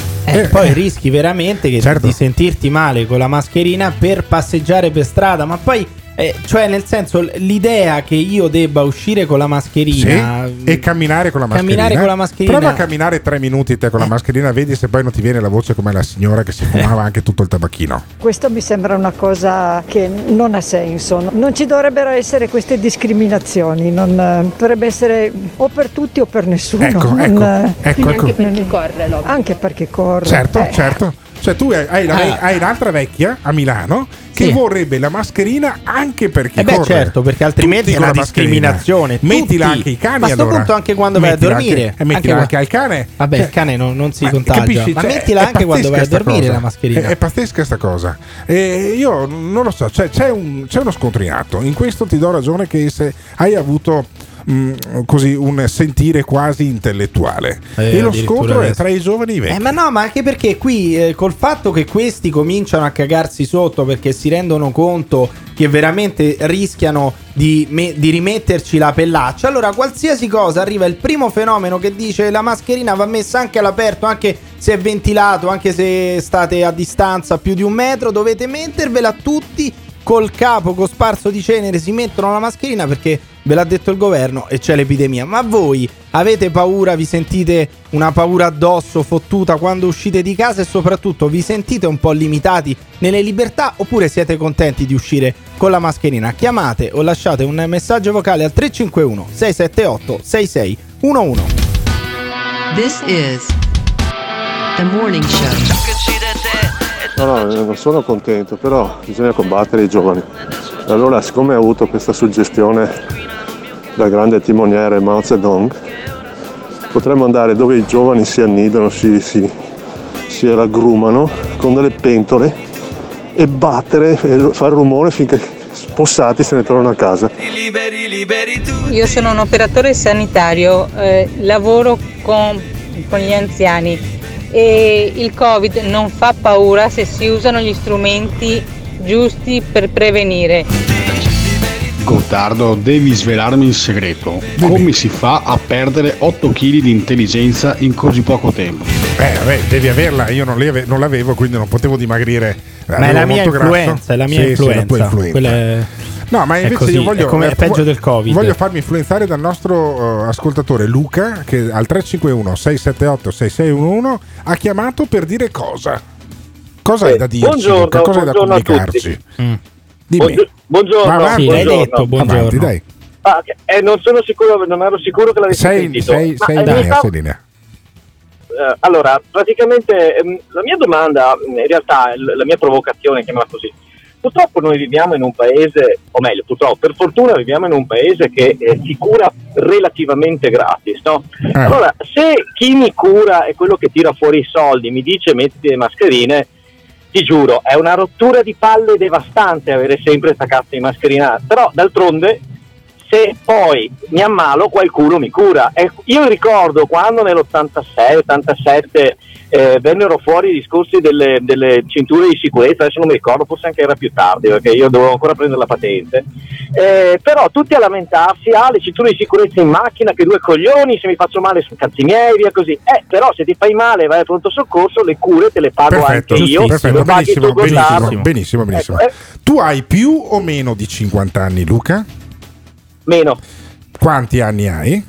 Poi rischi veramente di sentirti male con la mascherina per passeggiare per strada, ma poi cioè nel senso l'idea che io debba uscire con la mascherina
e camminare con la mascherina. Prova a camminare 3 minuti te con la mascherina, vedi se poi non ti viene la voce come la signora che si fumava anche tutto il tabacchino.
Questo mi sembra una cosa che non ha senso, non ci dovrebbero essere queste discriminazioni, non dovrebbe essere o per tutti o per nessuno.
Ecco.
Anche perché corre l'obbligo.
Anche perché corre.
Certo. Cioè tu hai un'altra vecchia a Milano che vorrebbe la mascherina anche per chi corre.
Certo, perché altrimenti è una discriminazione.
Mettila anche ai cani,
ma a sto punto anche quando vai a dormire.
Mettila anche al cane.
Vabbè, il cane non si contagia.
Capisci?
Ma mettila anche quando vai a dormire la mascherina.
È pazzesca sta cosa. Io non lo so, c'è uno scontro in atto. In questo ti do ragione che se hai avuto così un sentire quasi intellettuale e lo scontro è tra i giovani e i vecchi.
Ma no, ma anche perché qui col fatto che questi cominciano a cagarsi sotto perché si rendono conto che veramente rischiano di rimetterci la pellaccia, allora qualsiasi cosa arriva il primo fenomeno che dice la mascherina va messa anche all'aperto, anche se è ventilato, anche se state a distanza più di 1 metro, dovete mettervela tutti col capo cosparso di cenere, si mettono la mascherina perché ve l'ha detto il governo e c'è l'epidemia. Ma voi avete paura, vi sentite una paura addosso fottuta quando uscite di casa e soprattutto vi sentite un po' limitati nelle libertà oppure siete contenti di uscire con la mascherina? Chiamate o lasciate un messaggio vocale al 351 678 6611.
This is The Morning Show.
No, non sono contento, però bisogna combattere i giovani. Allora, siccome ho avuto questa suggestione dal grande timoniere Mao Zedong, potremmo andare dove i giovani si annidano, si raggrumano con delle pentole e battere e fare rumore finché spossati se ne tornano a casa.
Io sono un operatore sanitario, lavoro con gli anziani. E il Covid non fa paura se si usano gli strumenti giusti per prevenire.
Gottardo, devi svelarmi il segreto. Come si fa a perdere 8 kg di intelligenza in così poco tempo?
Vabbè, devi averla, io non l'avevo, quindi non potevo dimagrire.
Ma è la mia influenza, è la mia influenza. Quella è...
No, ma invece
così,
io voglio
è peggio del Covid.
Voglio farmi influenzare dal nostro ascoltatore Luca che al 351 678 6611 ha chiamato per dire cosa hai da dirci, Luca? Cosa hai da comunicarci? Dimmi.
Buongiorno.
Ma avanti,
l'hai detto, buongiorno.
Avanti, dai.
Non sono sicuro, non ero sicuro che l'avessi sentito.
Sei in linea.
Allora, praticamente la mia domanda, in realtà la mia provocazione, chiamala così. Purtroppo noi viviamo in un paese, o meglio, purtroppo, per fortuna viviamo in un paese che si cura relativamente gratis, no? Allora, se chi mi cura è quello che tira fuori i soldi, mi dice mettiti le mascherine, ti giuro, è una rottura di palle devastante avere sempre sta cazzo di mascherina. Però, d'altronde, se poi mi ammalo qualcuno mi cura. E io ricordo quando nell'86-87 vennero fuori i discorsi delle cinture di sicurezza, adesso non mi ricordo, forse anche era più tardi perché io dovevo ancora prendere la patente, però tutti a lamentarsi, le cinture di sicurezza in macchina, che due coglioni, se mi faccio male sono cazzi miei, via così. Però se ti fai male vai al pronto soccorso, le cure te le pago anche io.
Perfetto, benissimo. Tu hai più o meno di 50 anni, Luca?
Meno.
Quanti anni hai?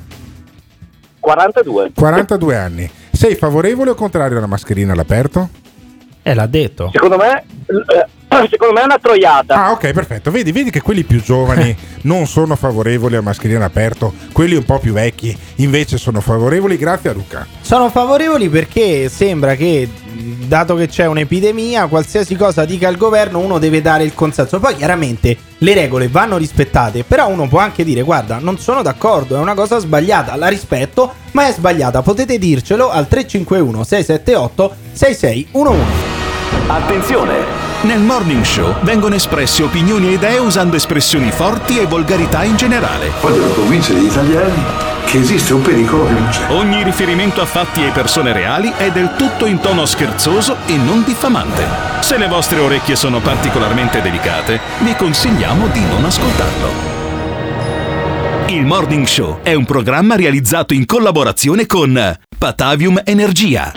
42 anni. Sei favorevole o contrario alla mascherina all'aperto?
L'ha detto.
Secondo me è una troiata.
Ok, perfetto. Vedi che quelli più giovani non sono favorevoli alla mascherina all'aperto, quelli un po' più vecchi invece sono favorevoli. Grazie a Luca.
Sono favorevoli perché sembra che, dato che c'è un'epidemia, qualsiasi cosa dica il governo uno deve dare il consenso. Poi chiaramente le regole vanno rispettate, però uno può anche dire: guarda, non sono d'accordo, è una cosa sbagliata, la rispetto, ma è sbagliata. Potete dircelo al 351 678 6611.
Attenzione! Nel Morning Show vengono espresse opinioni e idee usando espressioni forti e volgarità in generale.
Vogliono convincere gli italiani che esiste un pericolo che non c'è.
Ogni riferimento a fatti e persone reali è del tutto in tono scherzoso e non diffamante. Se le vostre orecchie sono particolarmente delicate, vi consigliamo di non ascoltarlo. Il Morning Show è un programma realizzato in collaborazione con Patavium Energia.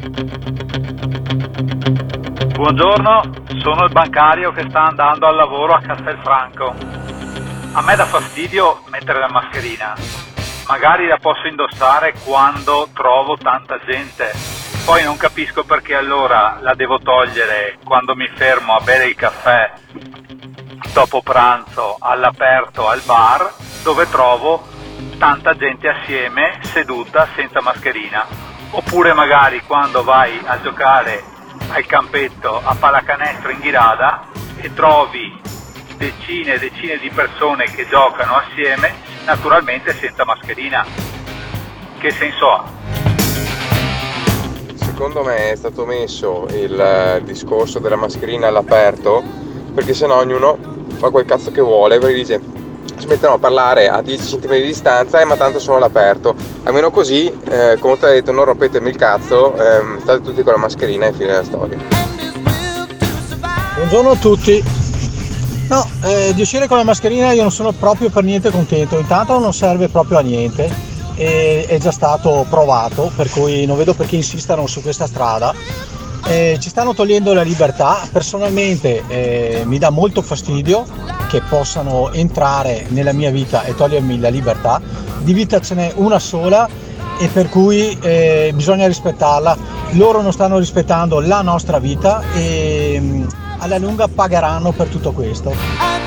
Buongiorno, sono il bancario che sta andando al lavoro a Castelfranco. A me dà fastidio mettere la mascherina. Magari la posso indossare quando trovo tanta gente. Poi non capisco perché allora la devo togliere quando mi fermo a bere il caffè dopo pranzo all'aperto al bar, dove trovo tanta gente assieme seduta senza mascherina. Oppure magari quando vai a giocare al campetto a pallacanestro in Ghirada e trovi decine e decine di persone che giocano assieme, naturalmente senza mascherina. Che senso ha?
Secondo me è stato messo il discorso della mascherina all'aperto perché sennò ognuno fa quel cazzo che vuole, perché dice si mettono a parlare a 10 cm di distanza ma tanto sono all'aperto. Almeno così, come ti ho detto, non rompetemi il cazzo, state tutti con la mascherina e fine della storia.
Buongiorno a tutti. No, di uscire con la mascherina io non sono proprio per niente contento. Intanto non serve proprio a niente, è già stato provato, per cui non vedo perché insistano su questa strada. Ci stanno togliendo la libertà. Personalmente mi dà molto fastidio che possano entrare nella mia vita e togliermi la libertà. Di vita ce n'è una sola e per cui bisogna rispettarla. Loro non stanno rispettando la nostra vita e alla lunga pagheranno per tutto questo.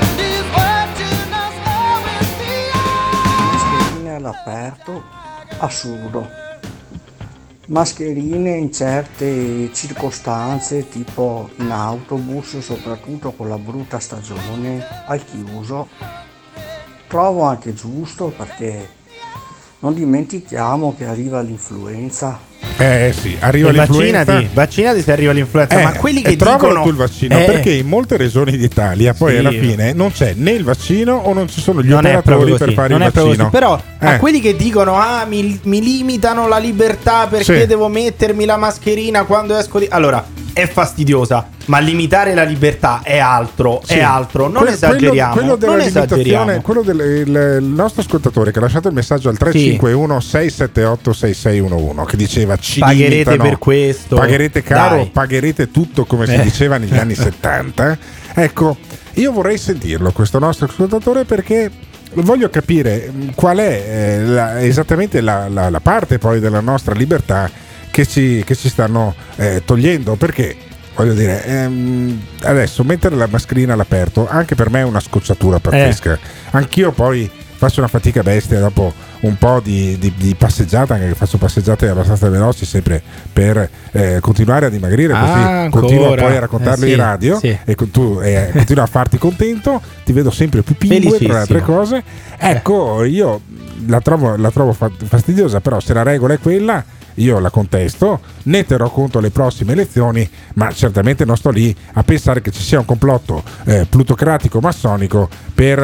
Mascherine all'aperto, assurdo. Mascherine in certe circostanze, tipo in autobus, soprattutto con la brutta stagione, al chiuso, trovo anche giusto, perché non dimentichiamo che arriva l'influenza.
Sì, arriva l'influenza.
Vaccinati se arriva l'influenza, ma quelli che
trovano
dicono
tu il vaccino, perché in molte regioni d'Italia poi alla fine non c'è né il vaccino o non ci sono gli operatori per fare il vaccino.
Però a quelli che dicono mi limitano la libertà perché devo mettermi la mascherina quando esco di... Allora, è fastidiosa, ma limitare la libertà è altro, non esageriamo.
Quello della limitazione, quello il nostro ascoltatore che ha lasciato il messaggio al 351 678 6611 che diceva ci
pagherete
limitano,
per questo,
pagherete caro,
dai,
pagherete tutto, come si diceva negli anni 70. Ecco, io vorrei sentirlo questo nostro ascoltatore, perché voglio capire qual è esattamente la parte poi della nostra libertà che ci stanno togliendo, perché voglio dire, adesso mettere la mascherina all'aperto anche per me è una scocciatura pazzesca. Anch'io poi faccio una fatica bestia dopo un po' di passeggiata, anche che faccio passeggiate abbastanza veloci sempre per continuare a dimagrire, così continuo poi a raccontarlo in radio e tu continui a farti contento, ti vedo sempre più pingue tra le altre cose. Ecco, io la trovo fastidiosa, però se la regola è quella io la contesto, ne terrò conto alle prossime elezioni, ma certamente non sto lì a pensare che ci sia un complotto plutocratico massonico per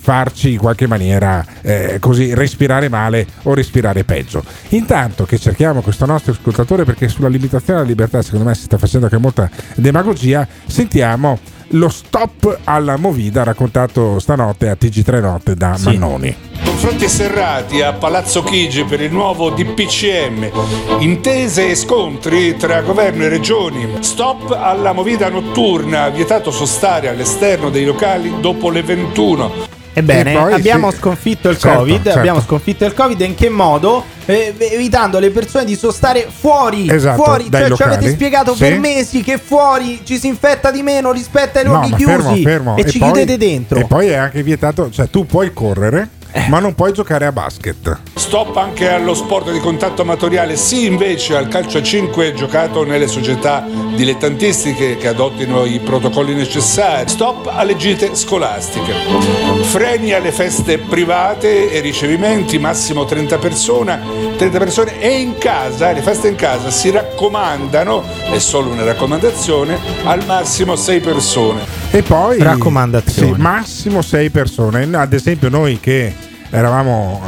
farci in qualche maniera così respirare male o respirare peggio. Intanto che cerchiamo questo nostro ascoltatore, perché sulla limitazione alla libertà secondo me si sta facendo anche molta demagogia, sentiamo lo stop alla movida raccontato stanotte a TG3 Notte da Mannoni.
Confronti serrati a Palazzo Chigi per il nuovo DPCM, intese e scontri tra governo e regioni, stop alla movida notturna, vietato sostare all'esterno dei locali dopo le 21.
Ebbene, abbiamo sconfitto il Covid, abbiamo sconfitto il Covid. In che modo? Evitando alle persone di sostare fuori, fuori. Cioè ci avete spiegato per mesi che fuori ci si infetta di meno rispetto ai luoghi chiusi,
fermo.
E ci chiudete dentro.
E poi è anche vietato, cioè tu puoi correre ma non puoi giocare a basket.
Stop anche allo sport di contatto amatoriale, sì invece al calcio a 5 giocato nelle società dilettantistiche che adottino i protocolli necessari. Stop alle gite scolastiche. Freni alle feste private e ricevimenti, massimo 30 persone e in casa, le feste in casa si raccomandano, è solo una raccomandazione, al massimo 6 persone.
E poi
raccomandazione.
Sì, massimo 6 persone. Ad esempio noi che eravamo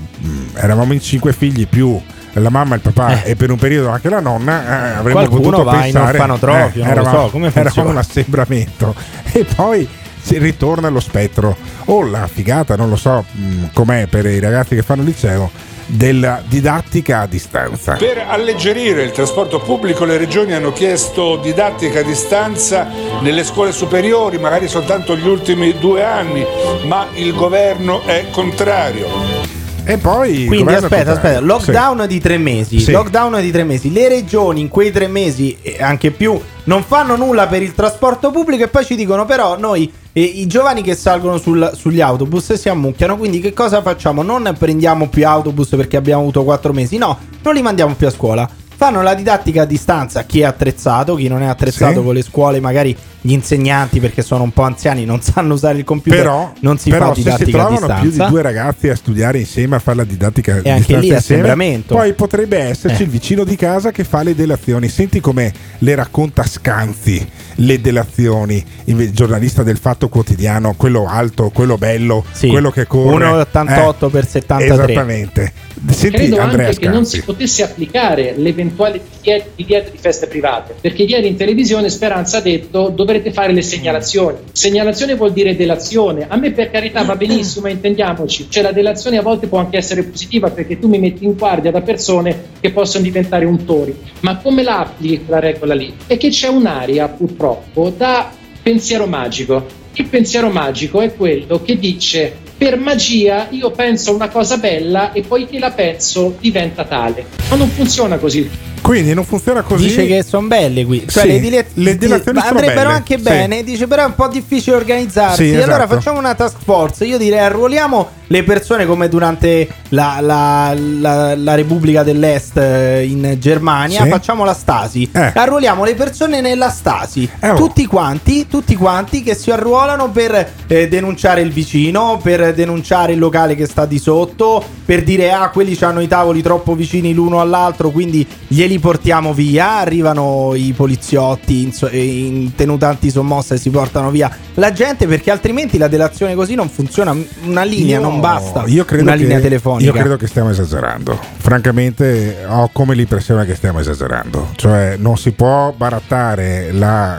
in 5 figli più la mamma, il papà e per un periodo anche la nonna, avremmo potuto pensare
in orfanotrofio, non lo so come funziona.
Eravamo un assembramento e poi si ritorna lo spettro o la figata, non lo so com'è per i ragazzi che fanno liceo, della didattica a distanza.
Per alleggerire il trasporto pubblico le regioni hanno chiesto didattica a distanza nelle scuole superiori, magari soltanto gli ultimi 2 anni, ma il governo è contrario.
E poi
quindi aspetta, lockdown di 3 mesi. Lockdown di 3 mesi. Le regioni in quei 3 mesi e anche più non fanno nulla per il trasporto pubblico e poi ci dicono però noi i giovani che salgono sugli autobus si ammucchiano, quindi che cosa facciamo? Non prendiamo più autobus perché abbiamo avuto 4 mesi, no, non li mandiamo più a scuola. Fanno la didattica a distanza, chi è attrezzato, chi non è attrezzato, con le scuole magari gli insegnanti perché sono un po' anziani non sanno usare il computer, però non si fa didattica a distanza. Se si trovano
più di 2 ragazzi a studiare insieme, a fare la didattica a distanza
anche lì
insieme,
assembramento.
Poi potrebbe esserci il vicino di casa che fa le delazioni. Senti come le racconta Scanzi le delazioni, il giornalista del Fatto Quotidiano, quello alto, quello bello, quello che corre
1,88 per 73.
Esattamente. Senti,
credo
Andrea
anche
Scanzi,
che non si potesse applicare l'eventuale divieto di feste private, perché ieri in televisione Speranza ha detto dovrete fare le segnalazioni. Segnalazione vuol dire delazione. A me per carità va benissimo, ma intendiamoci, cioè la delazione a volte può anche essere positiva perché tu mi metti in guardia da persone che possono diventare untori, ma come la applichi quella regola lì? È che c'è un'area purtroppo da pensiero magico. Il pensiero magico è quello che dice per magia io penso una cosa bella e poi che la penso diventa tale, ma non funziona così.
Quindi non funziona così.
Dice che sono belle qui, cioè
le delazioni
andrebbero
belle,
anche bene. Dice però è un po' difficile organizzarsi. Allora facciamo una task force. Io direi arruoliamo le persone come durante la Repubblica dell'Est in Germania. Facciamo la Stasi. Arruoliamo le persone nella Stasi. Tutti quanti che si arruolano per denunciare il vicino, per denunciare il locale che sta di sotto, per dire quelli hanno i tavoli troppo vicini l'uno all'altro, quindi glieli portiamo via. Arrivano i poliziotti in tenuta antisommossa e si portano via la gente, perché altrimenti la delazione così non funziona. Una linea non basta, una linea telefonica.
Io credo che stiamo esagerando. Francamente ho come l'impressione che stiamo esagerando. Cioè non si può barattare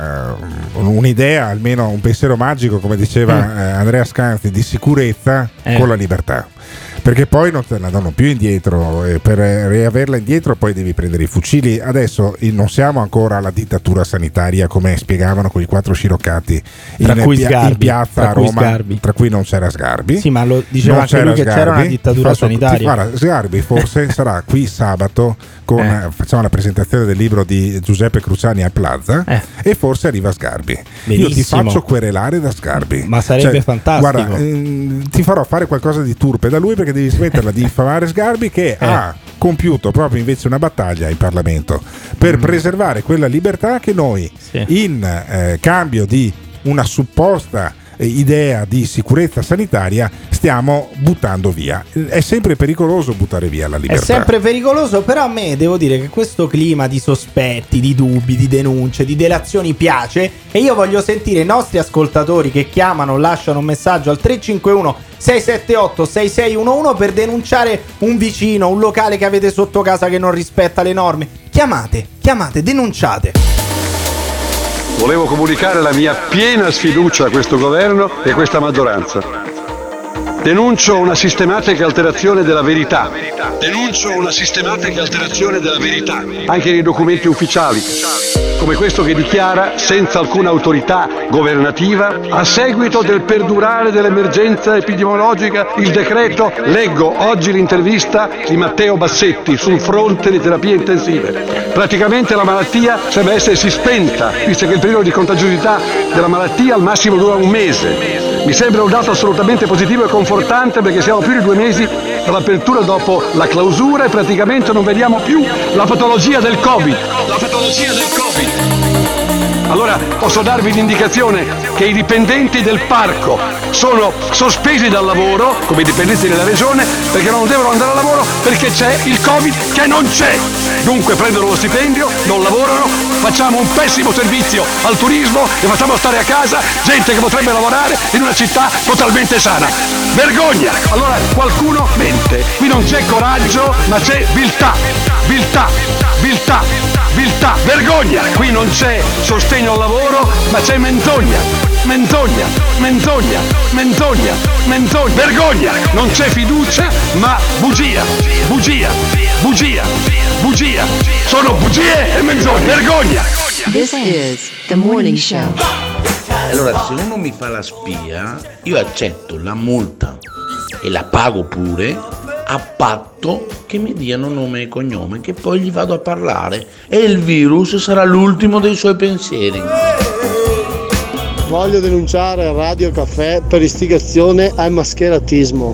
un'idea, almeno un pensiero magico, come diceva Andrea Scanzi, di sicurezza con la libertà. Perché poi non te la danno più indietro, e per riaverla indietro poi devi prendere i fucili. Adesso non siamo ancora alla dittatura sanitaria come spiegavano quei 4 sciroccati in piazza a Roma, tra cui non c'era Sgarbi.
Sì, ma lo diceva anche lui che c'era una dittatura sanitaria.
Guarda, Sgarbi forse sarà qui sabato facciamo la presentazione del libro di Giuseppe Cruciani al Plaza e forse arriva Sgarbi. Benissimo. Io ti faccio querelare da Sgarbi.
Ma sarebbe fantastico.
Guarda, ti farò fare qualcosa di turpe da lui, perché devi smetterla di diffamare Sgarbi, che ha compiuto proprio invece una battaglia in Parlamento per preservare quella libertà che noi in cambio di una supposta idea di sicurezza sanitaria stiamo buttando via. È sempre pericoloso buttare via la libertà.
È sempre pericoloso, però a me devo dire che questo clima di sospetti, di dubbi, di denunce, di delazioni piace, e io voglio sentire i nostri ascoltatori che chiamano, lasciano un messaggio al 351 678 6611 per denunciare un vicino, un locale che avete sotto casa che non rispetta le norme. Chiamate, denunciate.
Volevo comunicare la mia piena sfiducia a questo governo e a questa maggioranza. Denuncio una sistematica alterazione della verità. Denuncio una sistematica alterazione della verità, anche nei documenti ufficiali, come questo che dichiara, senza alcuna autorità governativa, a seguito del perdurare dell'emergenza epidemiologica, il decreto, leggo oggi l'intervista di Matteo Bassetti sul fronte di terapie intensive. Praticamente la malattia sembra essersi spenta, visto che il periodo di contagiosità della malattia al massimo dura un mese. Mi sembra un dato assolutamente positivo e confortante, perché siamo più di 2 mesi dall'apertura dopo la clausura e praticamente non vediamo più la patologia del Covid. Allora posso darvi l'indicazione che i dipendenti del parco sono sospesi dal lavoro, come i dipendenti della regione, perché non devono andare al lavoro perché c'è il Covid che non c'è. Dunque prendono lo stipendio, non lavorano, facciamo un pessimo servizio al turismo e facciamo stare a casa gente che potrebbe lavorare in una città totalmente sana. Vergogna! Allora qualcuno mente. Qui non c'è coraggio, ma c'è viltà. Vergogna! Qui non c'è sostegno al lavoro, ma c'è menzogna. Vergogna! Non c'è fiducia, ma bugia. Sono bugie e menzogne. Vergogna!
This is the morning show.
Allora, se uno mi fa la spia, io accetto la multa e la pago pure, a patto che mi diano nome e cognome, che poi gli vado a parlare e il virus sarà l'ultimo dei suoi pensieri.
Voglio denunciare Radio Caffè per istigazione al mascheratismo.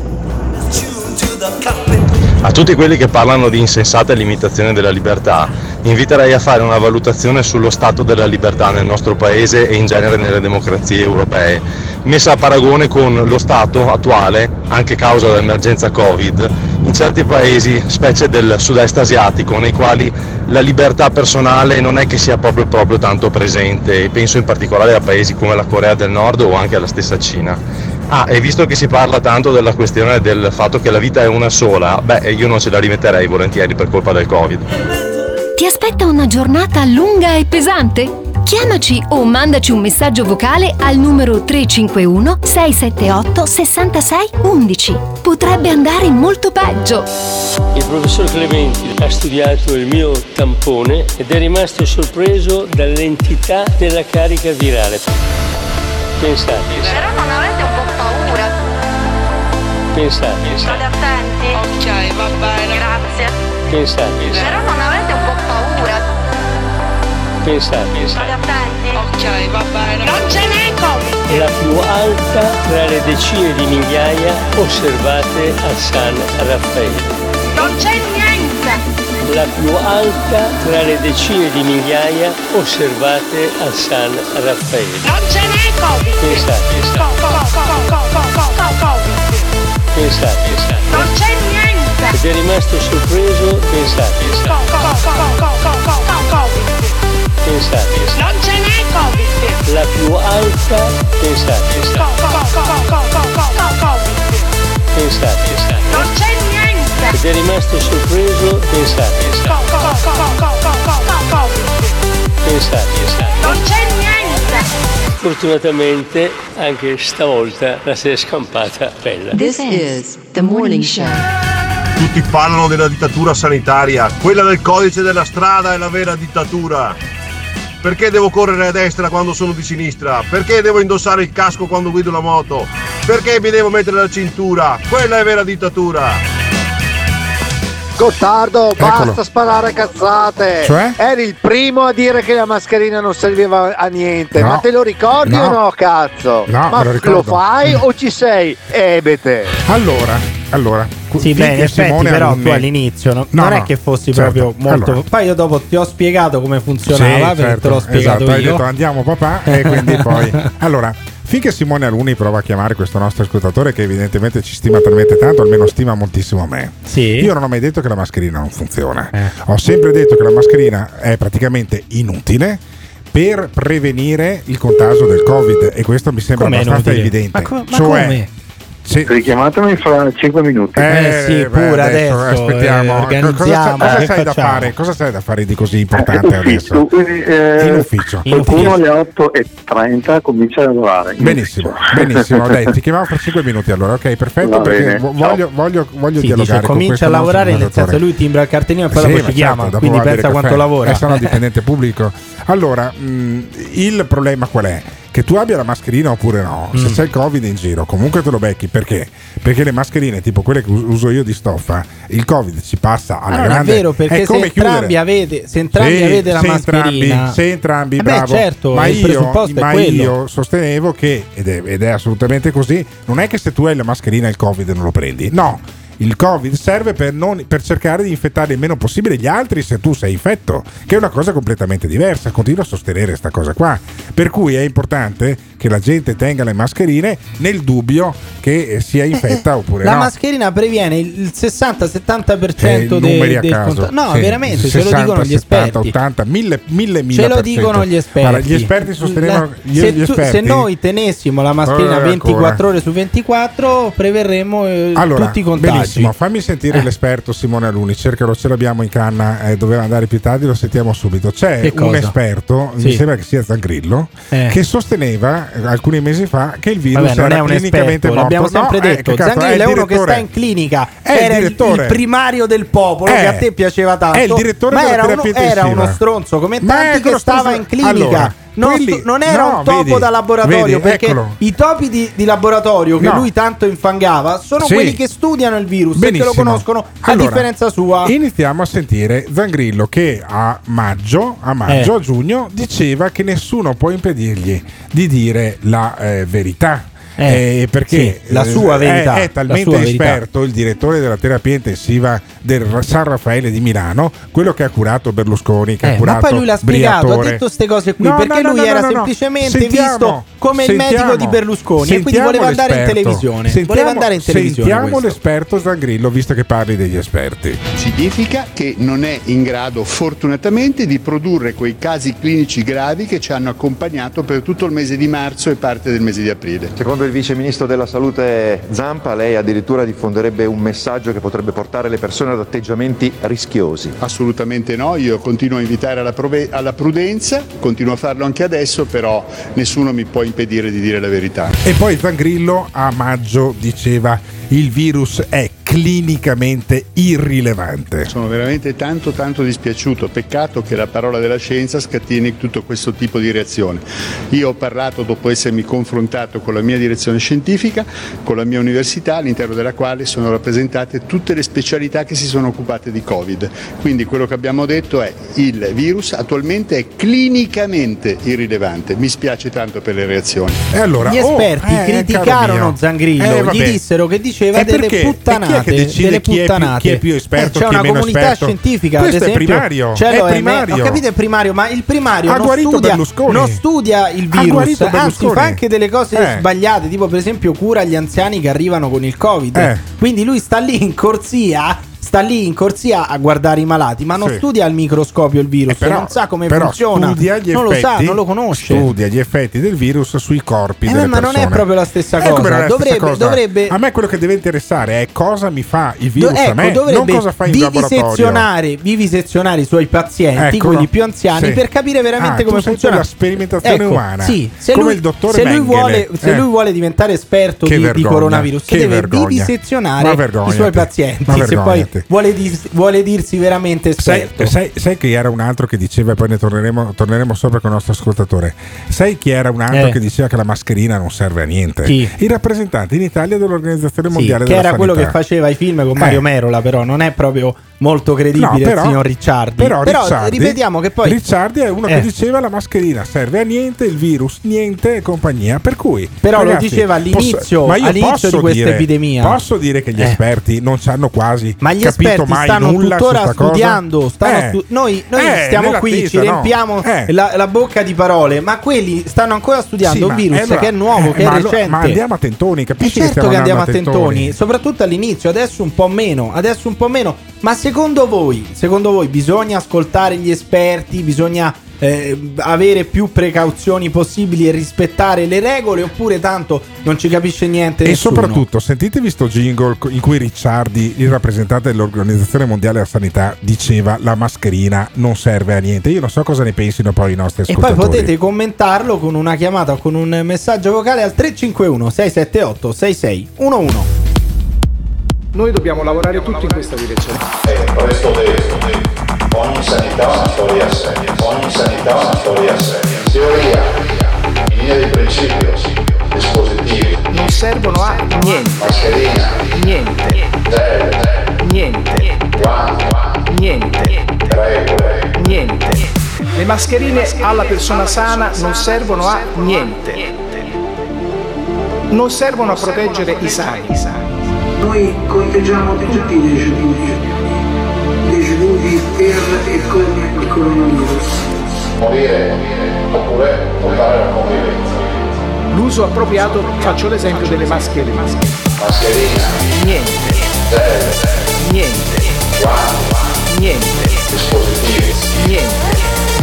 A tutti quelli che parlano di insensate limitazioni della libertà, inviterei a fare una valutazione sullo stato della libertà nel nostro paese e in genere nelle democrazie europee, messa a paragone con lo stato attuale, anche causa dell'emergenza Covid, in certi paesi, specie del sud-est asiatico, nei quali la libertà personale non è che sia proprio tanto presente, e penso in particolare a paesi come la Corea del Nord o anche alla stessa Cina. E visto che si parla tanto della questione del fatto che la vita è una sola, io non ce la rimetterei volentieri per colpa del Covid.
Ti aspetta una giornata lunga e pesante? Chiamaci o mandaci un messaggio vocale al numero 351 678 66 11. Potrebbe andare molto peggio.
Il professor Clementi ha studiato il mio tampone ed è rimasto sorpreso dall'entità della carica virale. Pensate.
Però non avete un po' paura?
Pensate.
State attenti? Ok, va bene. Grazie.
Pensate.
Però non avete un po' paura?
Pensate.
State attenti? Ok, va bene. Non ce n'è Covid!
La più alta tra le decine di migliaia osservate a San Raffaele.
Non c'è niente!
La più alta tra le decine di migliaia osservate a San Raffaele.
Non ce n'è Covid!
Pensate. Pensate.
Non c'è niente!
Ed è rimasto sorpreso, pensate. Pensate.
Non ce n'è Covid!
La più alta, pensate. Pensate.
Non c'è niente!
Ed è rimasto sorpreso, pensate. Pensate.
Non c'è niente!
Fortunatamente anche stavolta la si è scampata bella.
This is the morning show.
Tutti parlano della dittatura sanitaria, quella del codice della strada è la vera dittatura. Perché devo correre a destra quando sono di sinistra? Perché devo indossare il casco quando guido la moto? Perché mi devo mettere la cintura? Quella è vera dittatura.
Gottardo,
Eccolo.
basta sparare cazzate.
Cioè?
Eri il primo a dire che la mascherina non serviva a niente.
No.
Ma te lo ricordi
No.
o no, cazzo?
No,
ma
me lo ricordo.
lo fai o ci sei? Ebete.
Allora.
Sì, beh, in effetti
Simone
però
Alunni-
tu all'inizio
No,
non è
no,
che fossi
certo.
proprio molto.
Allora.
Poi io dopo ti ho spiegato come funzionava,
Sì,
perché te l'ho spiegato
esatto, hai
io.
detto andiamo papà e quindi poi allora finché Simone Alunni prova a chiamare questo nostro ascoltatore che evidentemente ci stima talmente tanto, almeno stima moltissimo me.
Sì.
Io non ho mai detto che la mascherina non funziona. Ho sempre detto che la mascherina è praticamente inutile per prevenire il contagio del Covid, e questo mi sembra abbastanza evidente.
Ma come?
Richiamatemi fra 5 minuti.
Sì, pure adesso
aspettiamo. Cosa sai da fare? Cosa sai da fare di così importante adesso? In ufficio.
Qualcuno alle 8:30 comincia a lavorare.
Benissimo. Dai, ti chiamiamo fra 5 minuti allora. Ok, perfetto. Perché voglio dialogare.
Comincia a lavorare, nel senso lui timbra il cartellino e poi dopo ci chiama. Quindi pensa quanto lavora.
Sono dipendente pubblico. Allora, il problema qual è? Che tu abbia la mascherina oppure no, se c'è il Covid in giro comunque te lo becchi. Perché? Perché le mascherine tipo quelle che uso io di stoffa, il Covid ci passa alla grande.
È vero, perché se entrambi avete la mascherina,
se entrambi bravo.
Certo,
ma
io
sostenevo che ed è assolutamente così, non è che se tu hai la mascherina il Covid non lo prendi, no. Il Covid serve per cercare di infettare il meno possibile gli altri se tu sei infetto, che è una cosa completamente diversa. Continuo a sostenere questa cosa qua. Per cui è importante che la gente tenga le mascherine nel dubbio che sia infetta oppure no.
La mascherina previene il 60-70% dei contagi. No, sì, veramente, 60, ce lo dicono gli esperti.
80, 1000.
Ce lo dicono gli esperti.
Allora, gli esperti sostenevano
se noi tenessimo la mascherina 24 ore su 24 preverremo tutti i contagi.
Fammi sentire l'esperto Simone Alunni, cercalo, ce l'abbiamo in canna, doveva andare più tardi, lo sentiamo subito. C'è un esperto, mi sembra che sia Zangrillo, che sosteneva alcuni mesi fa che il virus era clinicamente morto.
L'abbiamo sempre detto, Zangrillo è uno che sta in clinica, era il primario del popolo, che a te piaceva tanto,
è il direttore
ma
della terapia intensiva.
Era uno stronzo come tanti che stava in clinica.
Allora,
non era un topo da laboratorio, perché i topi di laboratorio che lui tanto infangava sono quelli che studiano il virus e che lo conoscono, a differenza sua.
Iniziamo a sentire Zangrillo che a giugno diceva che nessuno può impedirgli di dire la verità. Perché
la sua verità
è talmente esperto il direttore della terapia intensiva del San Raffaele di Milano, quello che ha curato Berlusconi, che ha curato
ma poi lui l'ha spiegato, ha detto queste cose qui perché lui era semplicemente visto come il medico di Berlusconi e quindi voleva andare in televisione.
Sentiamo l'esperto Zangrillo, visto che parli degli esperti.
Significa che non è in grado fortunatamente di produrre quei casi clinici gravi che ci hanno accompagnato per tutto il mese di marzo e parte del mese di aprile.
Secondo il vice ministro della salute Zampa, lei addirittura diffonderebbe un messaggio che potrebbe portare le persone ad atteggiamenti rischiosi.
Assolutamente no, io continuo a invitare alla prudenza, continuo a farlo anche adesso, però nessuno mi può impedire di dire la verità.
E poi Zangrillo a maggio diceva: il virus è clinicamente irrilevante.
Sono veramente tanto dispiaciuto, peccato che la parola della scienza scateni tutto questo tipo di reazione. Io ho parlato dopo essermi confrontato con la mia direzione scientifica, con la mia università, all'interno della quale sono rappresentate tutte le specialità che si sono occupate di Covid. Quindi quello che abbiamo detto è: il virus attualmente è clinicamente irrilevante. Mi spiace tanto per le reazioni.
E allora,
gli esperti criticarono Zangrillo, gli dissero che diceva delle puttanate.
Che decide chi è più esperto,
c'è
chi è meno esperto.
C'è una comunità scientifica,
questo
ad esempio,
è primario.
Ho capito, è primario, ma il primario non studia il virus, anzi fa anche delle cose sbagliate, tipo per esempio cura gli anziani che arrivano con il Covid. Quindi lui sta lì in corsia a guardare i malati, ma non studia al microscopio il virus, non sa come funziona, non lo sa, non lo conosce.
Studia gli effetti del virus sui corpi delle persone.
Ma non è proprio la stessa cosa. Dovrebbe.
A me quello che deve interessare è cosa mi fa il virus a me, non cosa fa in laboratorio.
Vivisezionare i suoi pazienti, quelli più anziani, per capire veramente come funziona
la sperimentazione umana.
Come il dottore Mengele. Se lui vuole diventare esperto di coronavirus, deve vivisezionare i suoi pazienti. Se poi vuole dirsi veramente esperto.
Sai che era un altro che diceva, e poi ne torneremo sopra con il nostro ascoltatore. Sai chi era un altro che diceva che la mascherina non serve a niente?
Chi?
Il rappresentante in Italia dell'Organizzazione Mondiale della
Sanità,
Sanità,
quello che faceva i film con Mario Merola, però non è proprio molto credibile, il signor Ricciardi. Però ripetiamo che poi
Ricciardi è uno che diceva la mascherina serve a niente, il virus niente e compagnia. Per cui
però ragazzi, lo diceva all'inizio di questa epidemia.
Posso dire che gli esperti non sanno quasi
gli esperti stanno tuttora studiando. Noi stiamo qui, ci riempiamo la bocca di parole, ma quelli stanno ancora studiando un virus che è nuovo, che è recente.
Ma andiamo a tentoni, capisci?
Certo che andiamo a tentoni, soprattutto all'inizio, adesso un po' meno. Ma secondo voi bisogna ascoltare gli esperti, bisogna avere più precauzioni possibili e rispettare le regole, oppure tanto non ci capisce niente nessuno?
E soprattutto sentitevi sto jingle in cui Ricciardi, il rappresentante dell'Organizzazione Mondiale della Sanità, diceva la mascherina non serve a niente. Io non so cosa ne pensino poi i nostri ascoltatori.
E poi potete commentarlo con una chiamata o con un messaggio vocale al 351 678 6611.
Noi dobbiamo lavorare tutti in questa direzione.
Questo detto, ogni sanità è una storia a sé. Teoria, in linea di principio, dispositivi.
Non servono a niente.
Mascherina.
Niente. Niente. Niente.
Regole.
Niente. Le mascherine alla persona sana non servono a niente. Non servono a proteggere i sani.
Noi conteggiamo tutti i deceduti per e con il coronavirus.
Morire oppure portare la convivenza.
L'uso appropriato, faccio l'esempio delle mascherine.
Mascherina.
Niente. Niente. Niente.
Dispositivi.
Niente.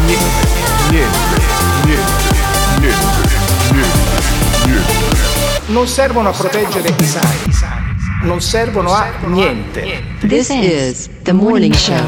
Non servono a proteggere i sani. Non servono a niente.
This is the morning show.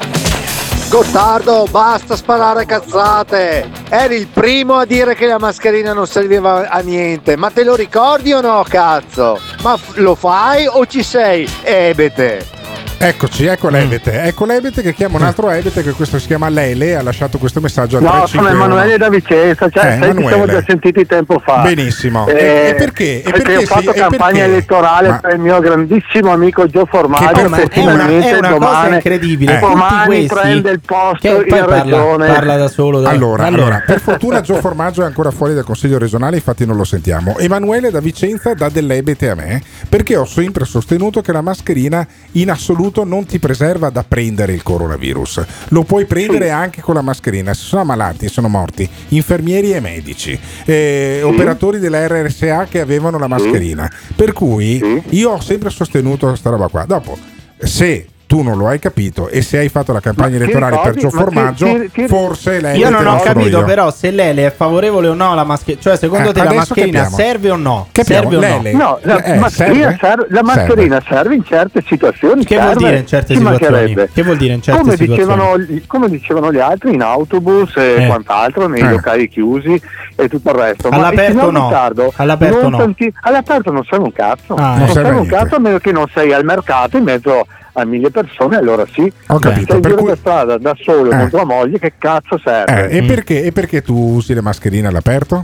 Gottardo, basta sparare cazzate. Eri il primo a dire che la mascherina non serviva a niente. Ma te lo ricordi o no, cazzo? Ma lo fai o ci sei, ebete?
Eccoci, ecco l'Ebete che chiama un altro Ebete, che questo si chiama Lele, ha lasciato questo messaggio al 351.
Sono Emanuele da Vicenza, ci siamo già sentiti tempo fa.
Benissimo. E perché?
Perché ho fatto campagna elettorale per il mio grandissimo amico Gio Formaggio, che finalmente
è una
domani,
cosa incredibile.
domani prende il posto in regione.
Parla da solo.
Allora, per fortuna Gio Formaggio è ancora fuori dal Consiglio regionale, infatti non lo sentiamo. Emanuele da Vicenza dà dell'Ebete a me, perché ho sempre sostenuto che la mascherina in assoluto non ti preserva da prendere il coronavirus. Lo puoi prendere anche con la mascherina. Se sono ammalati, sono morti infermieri e medici, operatori della RSA che avevano la mascherina. Per cui io ho sempre sostenuto questa roba qua. Dopo, se tu non lo hai capito e se hai fatto la campagna elettorale per Gio Formaggio, forse lei.
Io non ho capito però se Lele è favorevole o no alla mascherina. Cioè, secondo te la mascherina serve o no?
Serve o
no? La mascherina serve in certe situazioni.
Che vuol dire in certe situazioni? Che vuol dire in certe situazioni?
Come dicevano gli altri, in autobus e quant'altro, nei locali chiusi e tutto il resto.
All'aperto no. All'aperto no.
All'aperto non serve un cazzo. Non serve un cazzo, a meno che non sei al mercato in mezzo a 1000 persone, allora sì.
Ho capito.
Sei in per strada da solo con tua moglie, che cazzo serve?
E perché tu usi le mascherine all'aperto?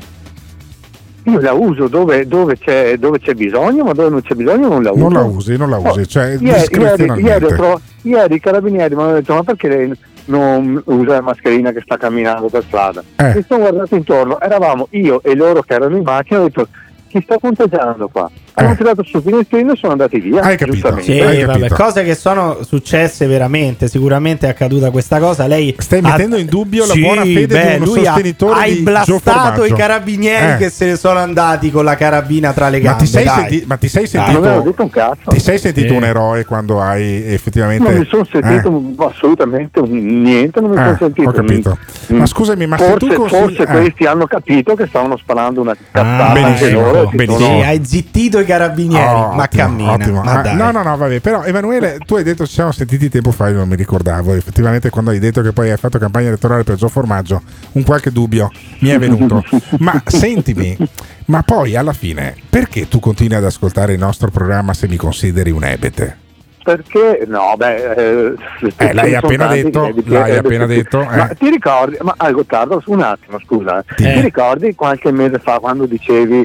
Io la uso dove c'è bisogno, ma dove non c'è bisogno non la uso.
Non la usi, cioè discrezionalmente.
Ieri i carabinieri mi hanno detto: ma perché lei non usa la mascherina che sta camminando per strada? Mi sono guardato intorno, eravamo io e loro che erano in macchina, ho detto: chi sta contagiando qua? Hanno tirato sul finestrino e sono andati via.
Hai capito?
Sì, vabbè, cose che sono successe veramente. Sicuramente è accaduta questa cosa. Lei
stai mettendo in dubbio la buona fede di uno sostenitore
hai
di
blastato i carabinieri che se ne sono andati con la carabina tra le gambe.
Ma ti sei sentito?
Non avevo detto un cazzo.
Ti sei sentito un eroe quando hai effettivamente?
Non mi sono sentito assolutamente niente. Non mi sono sentito.
Ho capito. Ma scusami, ma
forse questi hanno capito che stavano sparando una cazzata.
Benissimo.
Hai zittito i carabinieri, ma cammina.
No, vabbè, però Emanuele, tu hai detto ci siamo sentiti tempo fa, io non mi ricordavo, effettivamente quando hai detto che poi hai fatto campagna elettorale per Gio Formaggio, un qualche dubbio mi è venuto. Ma sentimi, ma poi alla fine perché tu continui ad ascoltare il nostro programma se mi consideri un ebete?
Perché
l'hai appena detto.
Ma ti ricordi, Gottardo, un attimo, scusa, ti ricordi qualche mese fa quando dicevi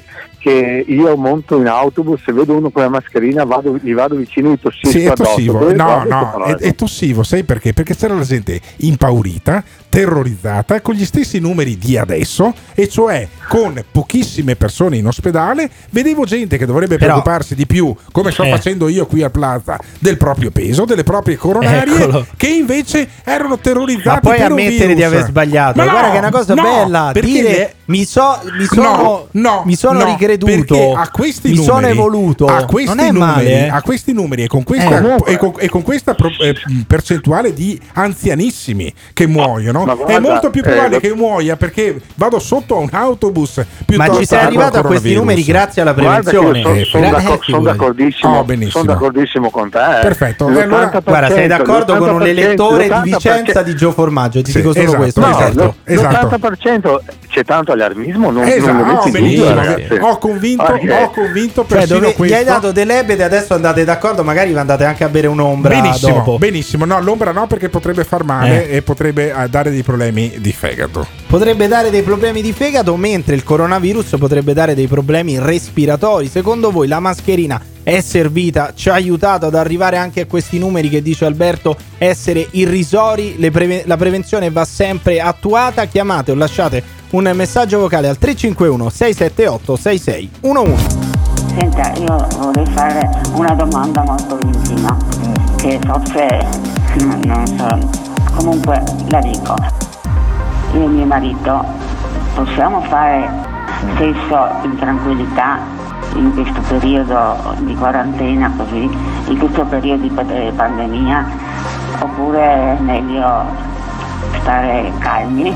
che io monto in autobus e vedo uno con la mascherina, gli vado vicino e tossisco
sì, è tossivo.
addosso.
È tossivo, sai perché? Perché c'era la gente impaurita, terrorizzata, con gli stessi numeri di adesso, e cioè con pochissime persone in ospedale. Vedevo gente che dovrebbe preoccuparsi di più, come sto facendo io qui a Plaza, del proprio peso, delle proprie coronarie, che invece erano terrorizzati.
Ma puoi
per
ammettere di aver sbagliato? Guarda che è una cosa bella dire mi sono ricreduto,
a questi
mi
numeri,
sono evoluto, non è male,
a questi numeri e con questa percentuale di anzianissimi che muoiono, guarda, è molto più probabile che muoia perché vado sotto a un autobus piuttosto.
Ma ci sei arrivato a questi numeri grazie alla prevenzione.
Sono d'accordissimo con te.
Perfetto.
Allora, guarda, sei d'accordo con un elettore di Vicenza di Gio Formaggio, ti dico solo questo.
L'80% c'è tanto allarmismo, non
ho convinto persino questo.
Gli hai dato dell'ebete, adesso andate d'accordo, magari andate anche a bere un'ombra dopo.
Benissimo, no, l'ombra no, perché potrebbe far male e potrebbe dare dei problemi di fegato.
Potrebbe dare dei problemi di fegato, mentre il coronavirus potrebbe dare dei problemi respiratori. Secondo voi la mascherina è servita, ci ha aiutato ad arrivare anche a questi numeri che dice Alberto essere irrisori? La prevenzione va sempre attuata. Chiamate o lasciate un messaggio vocale al 351 678 6611.
Senta, io vorrei fare una domanda molto intima, che forse non so, comunque la dico. Io e mio marito possiamo fare sesso in tranquillità in questo periodo di quarantena, così, in questo periodo di pandemia, oppure è meglio stare calmi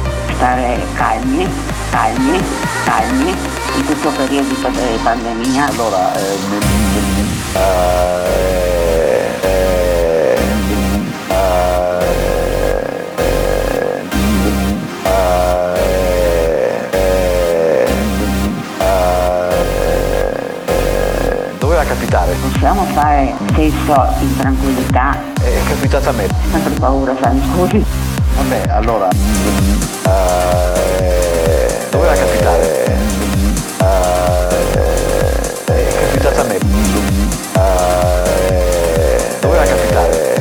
in questo periodo di pandemia?
Allora, doveva capitare.
Possiamo fare sesso in tranquillità?
È capitata a me.
Sempre paura, sai, scusi.
Vabbè, allora doveva capitare. È capitata a me. Doveva capitare.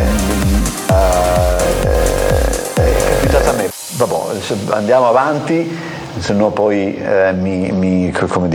È capitata a me. Vabbè, andiamo avanti. Se no poi mi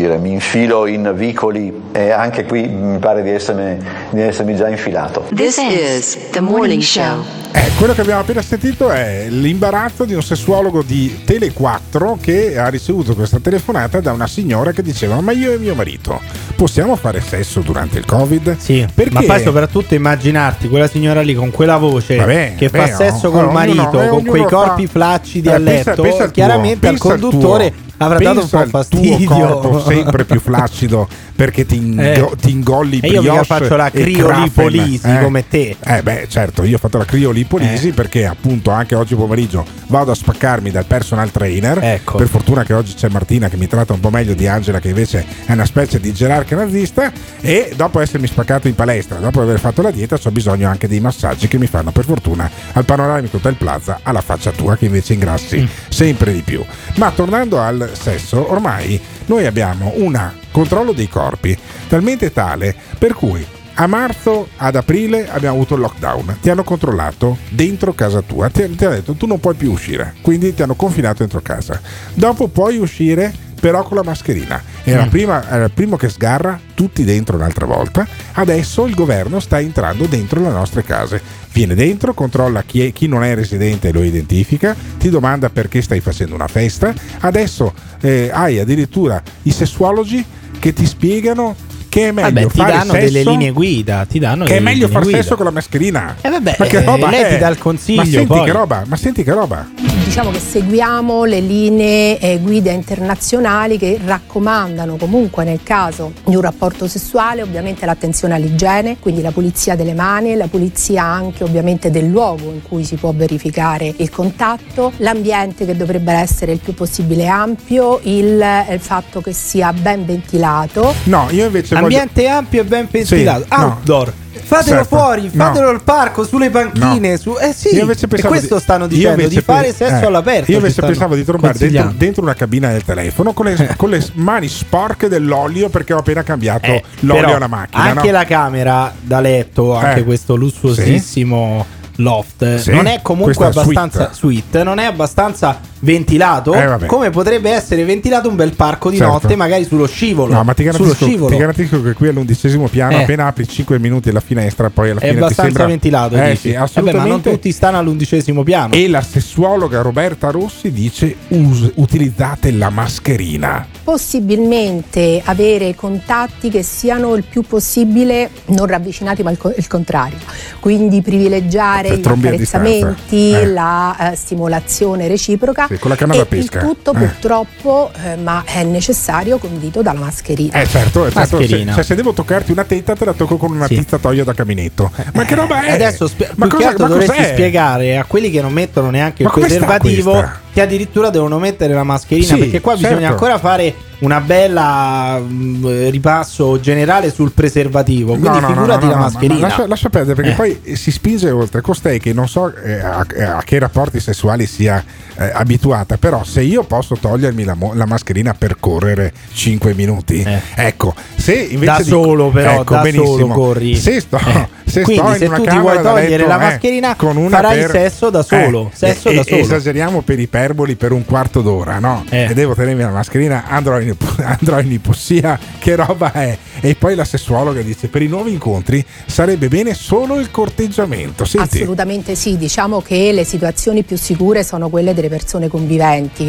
infilo in vicoli e anche qui mi pare di essermi già infilato.
This is the morning show.
Quello che abbiamo appena sentito è l'imbarazzo di un sessuologo di Tele 4 che ha ricevuto questa telefonata da una signora che diceva: ma io e mio marito possiamo fare sesso durante il Covid?
Sì, perché? Ma poi soprattutto immaginarti quella signora lì con quella voce che fa sesso col marito, con quei corpi flaccidi a letto, chiaramente al conduttore avrà dato un po' fastidio.
Il tuo corpo sempre più flaccido perché ti ingolli brioche.
E io mica faccio la criolipolisi come te.
Certo, io ho fatto la criolipolisi perché appunto anche oggi pomeriggio vado a spaccarmi dal personal trainer. Per fortuna che oggi c'è Martina che mi tratta un po' meglio di Angela, che invece è una specie di gerarca nazista, e dopo essermi spaccato in palestra, dopo aver fatto la dieta, ho bisogno anche dei massaggi che mi fanno per fortuna al Panoramico Hotel Plaza, alla faccia tua che invece ingrassi sempre di più. Ma tornando al sesso, ormai noi abbiamo un controllo dei corpi talmente tale per cui a marzo, ad aprile abbiamo avuto il lockdown, ti hanno controllato dentro casa tua, ti hanno detto tu non puoi più uscire, quindi ti hanno confinato dentro casa. Dopo puoi uscire però con la mascherina. Era il primo che sgarra, tutti dentro un'altra volta. Adesso il governo sta entrando dentro le nostre case, viene dentro, controlla chi non è residente e lo identifica, ti domanda perché stai facendo una festa. Adesso hai addirittura i sessuologi che ti spiegano che è meglio fare sesso,
delle linee guida, ti danno
che è meglio far sesso con la mascherina.
Ma che roba
lei
ti dà il consiglio.
Ma senti che roba.
Diciamo che seguiamo le linee guida internazionali che raccomandano comunque nel caso di un rapporto sessuale ovviamente l'attenzione all'igiene, quindi la pulizia delle mani, la pulizia anche ovviamente del luogo in cui si può verificare il contatto, l'ambiente che dovrebbe essere il più possibile ampio, il fatto che sia ben ventilato.
No, io invece
ambiente ampio e ben ventilato, outdoor. Fatelo fuori, fatelo al parco, sulle panchine. Sì, io invece pensavo e questo stanno dicendo, di fare sesso all'aperto.
Io invece pensavo di trombare dentro una cabina del telefono con le mani sporche dell'olio, perché ho appena cambiato l'olio alla macchina.
Anche la camera da letto, anche questo lussuosissimo loft, non è comunque abbastanza suite, non è abbastanza ventilato come potrebbe essere ventilato un bel parco di notte, magari sullo scivolo.
No, ma ti garantisco che qui all'11° piano appena apri 5 minuti la finestra, poi alla fine
è abbastanza ventilato.
Sì, assolutamente.
Ma non tutti stanno all'11° piano.
E la sessuologa Roberta Rossi dice: utilizzate la mascherina.
Possibilmente avere contatti che siano il più possibile non ravvicinati, ma il contrario, quindi privilegiare gli accarezzamenti, la stimolazione reciproca.
Con la canna da pesca.
Il tutto purtroppo, ma è necessario, condito dalla mascherina.
Certo. Se devo toccarti una tetta, te la tocco con una tizzatoio da caminetto. Ma che roba è?
Adesso dovresti spiegare a quelli che non mettono neanche il preservativo che addirittura devono mettere la mascherina, perché qua bisogna ancora fare una bella ripasso generale sul preservativo, quindi figurati la mascherina.
Lascia perdere, perché poi si spinge oltre. Costei che non so a che rapporti sessuali sia abituata, però se io posso togliermi la mascherina per correre 5 minuti, ecco, se invece
solo corri,
se sto
quindi se tu ti vuoi togliere la mascherina farai sesso da solo,
esageriamo per iperboli per un quarto d'ora, no? E devo tenermi la mascherina, andrò in ipossia, che roba è? E poi la sessuologa dice: per i nuovi incontri sarebbe bene solo il corteggiamento. Senti.
Assolutamente sì, diciamo che le situazioni più sicure sono quelle delle persone conviventi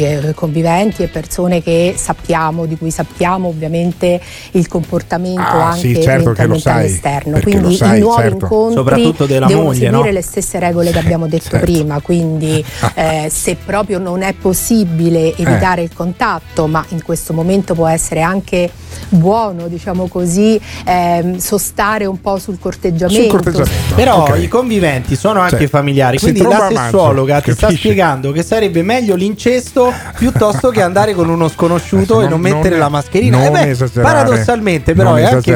e persone che di cui sappiamo ovviamente il comportamento anche mentalmente all'esterno, quindi i nuovi incontri
soprattutto della
devono
moglie,
seguire le stesse regole che abbiamo detto prima, quindi se proprio non è possibile evitare il contatto, ma in questo momento può essere anche buono, diciamo così, sostare un po' sul corteggiamento.
Però i conviventi sono anche familiari, quindi la sessuologa ti sta spiegando che sarebbe meglio l'incesto piuttosto che andare con uno sconosciuto e non mettere la mascherina. Paradossalmente però è anche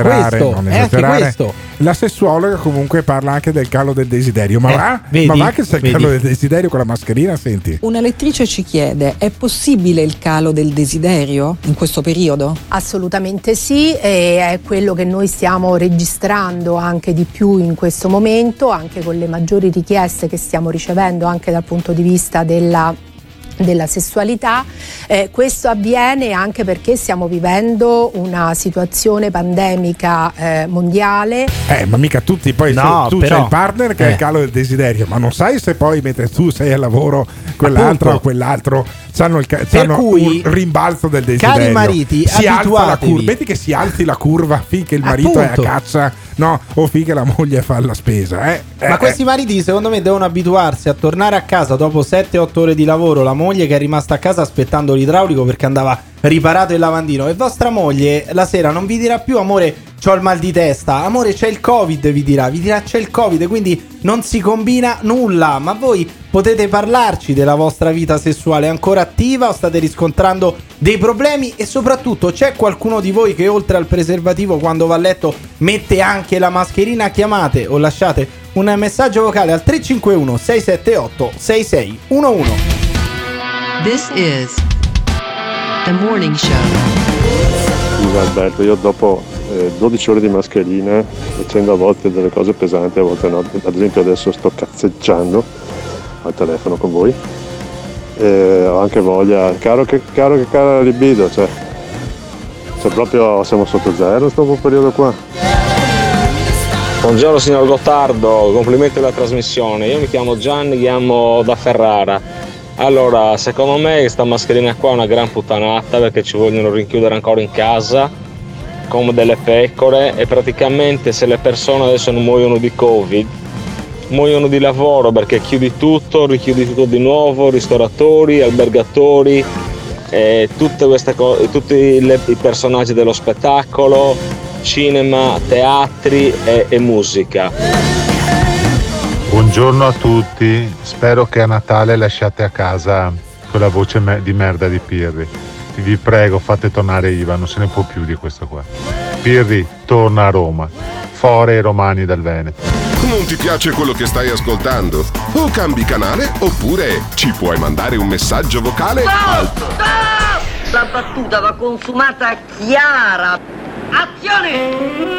questo.
La sessuologa comunque parla anche del calo del desiderio, ma va che c'è il calo del desiderio con la mascherina? Senti,
una lettrice ci chiede: è possibile il calo del desiderio in questo periodo?
Assolutamente sì, e è quello che noi stiamo registrando anche di più in questo momento, anche con le maggiori richieste che stiamo ricevendo anche dal punto di vista della sessualità. Questo avviene anche perché stiamo vivendo una situazione pandemica mondiale.
Ma mica tutti, poi tu c'hai il partner che è il calo del desiderio, ma non sai se poi mentre tu sei al lavoro quell'altro o quell'altro c'hanno un rimbalzo del desiderio.
Cari mariti,
si alza la curva, vedi che si alzi la curva finché il marito è a caccia, o finché la moglie fa la spesa.
Ma questi mariti secondo me devono abituarsi a tornare a casa dopo 7-8 ore di lavoro, la moglie che è rimasta a casa aspettando l'idraulico perché andava riparato il lavandino, e vostra moglie la sera non vi dirà più: amore, c'ho il mal di testa, amore, c'è il Covid, vi dirà c'è il Covid, quindi non si combina nulla. Ma voi potete parlarci della vostra vita sessuale, è ancora attiva o state riscontrando dei problemi? E soprattutto, c'è qualcuno di voi che oltre al preservativo quando va a letto mette anche la mascherina? Chiamate o lasciate un messaggio vocale al 351 678 6611.
This is The Morning Show.
Scusa Alberto, io dopo 12 ore di mascherina, facendo a volte delle cose pesanti, a volte no, ad esempio adesso sto cazzeggiando al telefono con voi, ho anche voglia, caro che cara libido, cioè proprio siamo sotto zero in questo periodo qua.
Buongiorno signor Gottardo, complimenti alla trasmissione, io mi chiamo Gianni, chiamo da Ferrara. Allora, secondo me questa mascherina qua è una gran puttanata, perché ci vogliono rinchiudere ancora in casa come delle pecore, e praticamente se le persone adesso non muoiono di Covid, muoiono di lavoro, perché richiudi tutto di nuovo, ristoratori, albergatori, tutte queste cose, tutti i personaggi dello spettacolo, cinema, teatri e musica.
Buongiorno a tutti, spero che a Natale lasciate a casa quella voce di merda di Pirri. Vi prego, fate tornare Iva, non se ne può più di questo qua. Pirri, torna a Roma. fore i romani del Veneto.
Non ti piace quello che stai ascoltando? O cambi canale oppure ci puoi mandare un messaggio vocale al...
La battuta va consumata chiara. Azione!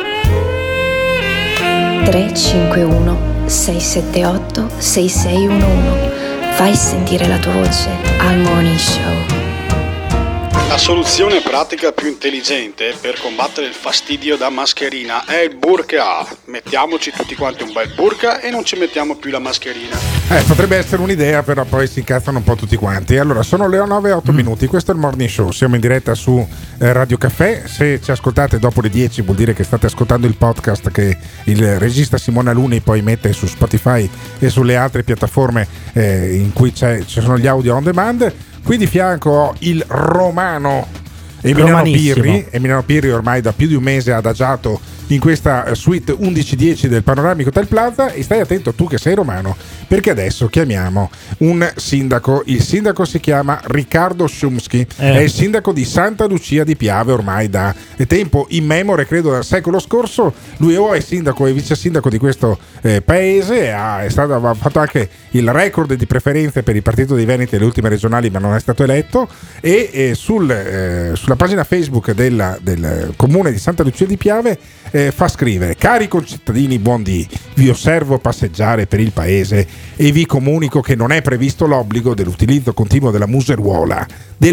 351 678 6611. Fai sentire la tua voce al Morning Show.
La soluzione pratica più intelligente per combattere il fastidio da mascherina è il burqa. Mettiamoci tutti quanti un bel burqa e non ci mettiamo più la mascherina.
Potrebbe essere un'idea, però poi si incazzano un po' tutti quanti. Allora, sono le 9:08 minuti, questo è il Morning Show, siamo in diretta su Radio Caffè. Se ci ascoltate dopo le 10 vuol dire che state ascoltando il podcast che il regista Simone Alunni poi mette su Spotify e sulle altre piattaforme in cui ci sono gli audio on demand. Qui di fianco ho il romano Emiliano Pirri. Emiliano Pirri ormai da più di un mese ha adagiato in questa suite 11-10 del Panoramico Hotel Plaza, e stai attento tu che sei romano, perché adesso chiamiamo un sindaco. Il sindaco si chiama Riccardo Szumski, è il sindaco di Santa Lucia di Piave ormai da tempo immemore, credo dal secolo scorso. Lui è sindaco e vice sindaco di questo paese, ha fatto anche il record di preferenze per il Partito dei Veneti alle ultime regionali, ma non è stato eletto, e sulla pagina Facebook del comune di Santa Lucia di Piave fa scrivere: cari concittadini, buondì, vi osservo passeggiare per il paese e vi comunico che non è previsto l'obbligo dell'utilizzo continuo della museruola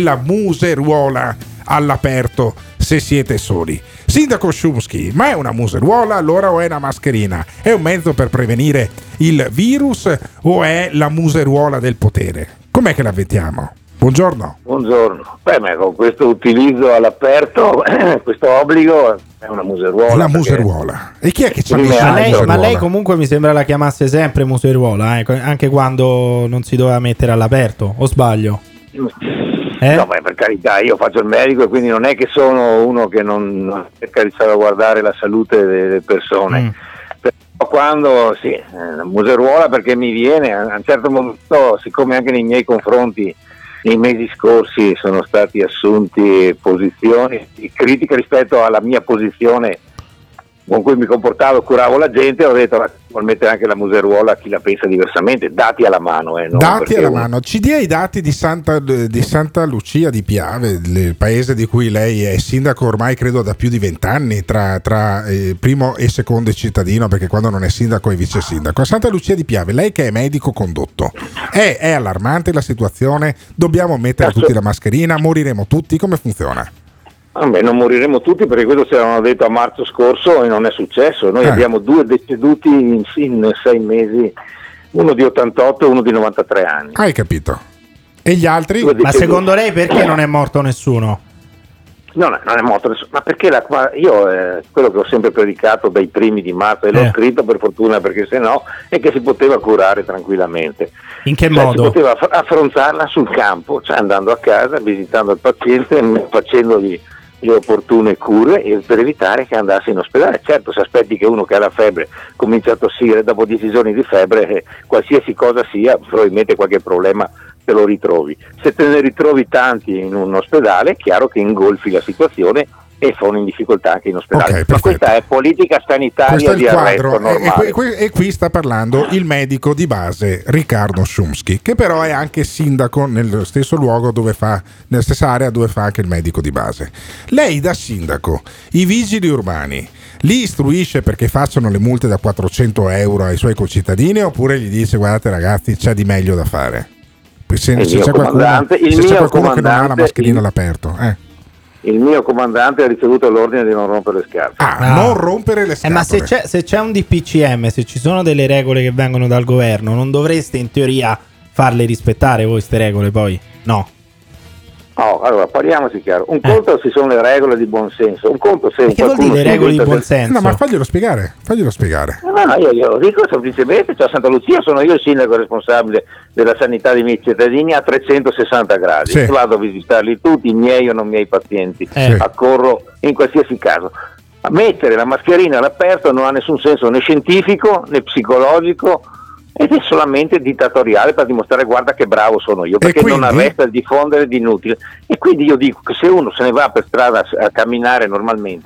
all'aperto se siete soli. Sindaco Szumski, ma è una museruola allora o è una mascherina? È un mezzo per prevenire il virus o è la museruola del potere? Com'è che la vediamo? Buongiorno.
Buongiorno. Ma con questo utilizzo all'aperto, questo obbligo è una museruola.
La museruola. E chi è che ci ha messo?
Ma lei comunque mi sembra la chiamasse sempre museruola, anche quando non si doveva mettere all'aperto, o sbaglio?
No, ma per carità, io faccio il medico e quindi non è che sono uno che non cerca di salvaguardare la salute delle persone. Però quando la museruola, perché mi viene a un certo momento, siccome anche nei miei confronti nei mesi scorsi sono stati assunti posizioni critiche rispetto alla mia posizione con cui mi comportavo e curavo la gente, ho detto vuol mettere anche la museruola a chi la pensa diversamente, dati alla mano.
Dati alla mano. Ci dia i dati di Santa Lucia di Piave, il paese di cui lei è sindaco ormai credo da più di 20 anni, tra primo e secondo cittadino, perché quando non è sindaco è vice sindaco. A Santa Lucia di Piave, lei che è medico condotto, è allarmante la situazione? Dobbiamo mettere tutti la mascherina? Moriremo tutti? Come funziona?
Non moriremo tutti, perché questo ci avevano detto a marzo scorso e non è successo. Noi abbiamo 2 deceduti in 6 mesi, uno di 88 e uno di 93 anni.
Hai capito? E gli altri?
Ma secondo lei perché non è morto nessuno?
No, non è morto nessuno, ma perché io quello che ho sempre predicato dai primi di marzo, e l'ho scritto per fortuna perché sennò, è che si poteva curare tranquillamente.
In che modo?
Si poteva affrontarla sul campo, cioè andando a casa, visitando il paziente, facendogli le opportune cure per evitare che andasse in ospedale. Certo, se aspetti che uno che ha la febbre comincia a tossire dopo 10 giorni di febbre, qualsiasi cosa sia, probabilmente qualche problema te lo ritrovi. Se te ne ritrovi tanti in un ospedale, è chiaro che ingolfi la situazione e sono in difficoltà anche in ospedale. Ma questa è politica sanitaria di arresto normale.
E qui sta parlando il medico di base Riccardo Szumski, che però è anche sindaco nello stesso luogo nella stessa area dove fa anche il medico di base. Lei da sindaco i vigili urbani li istruisce perché facciano le multe da 400 euro ai suoi concittadini, oppure gli dice: guardate ragazzi, c'è di meglio da fare? Se c'è qualcuno che non ha la mascherina all'aperto,
Il mio comandante ha ricevuto l'ordine di non rompere le scarpe.
Non rompere le scatole.
Ma se c'è un DPCM, se ci sono delle regole che vengono dal governo, non dovreste in teoria farle rispettare voi queste regole poi? No.
Allora parliamoci chiaro. Un conto se sono le regole di buon senso. Un conto se
che vuol dire le regole di buon senso?
No, ma faglielo spiegare.
No, io lo dico semplicemente, a Santa Lucia sono io il sindaco responsabile della sanità dei miei cittadini a 360 gradi.
Sì.
Vado a visitarli tutti, i miei o non miei pazienti. Accorro in qualsiasi caso. A mettere la mascherina all'aperto non ha nessun senso né scientifico né psicologico, ed è solamente dittatoriale per dimostrare guarda che bravo sono io, perché non arresta il diffondere di inutile. E quindi io dico che se uno se ne va per strada a camminare normalmente,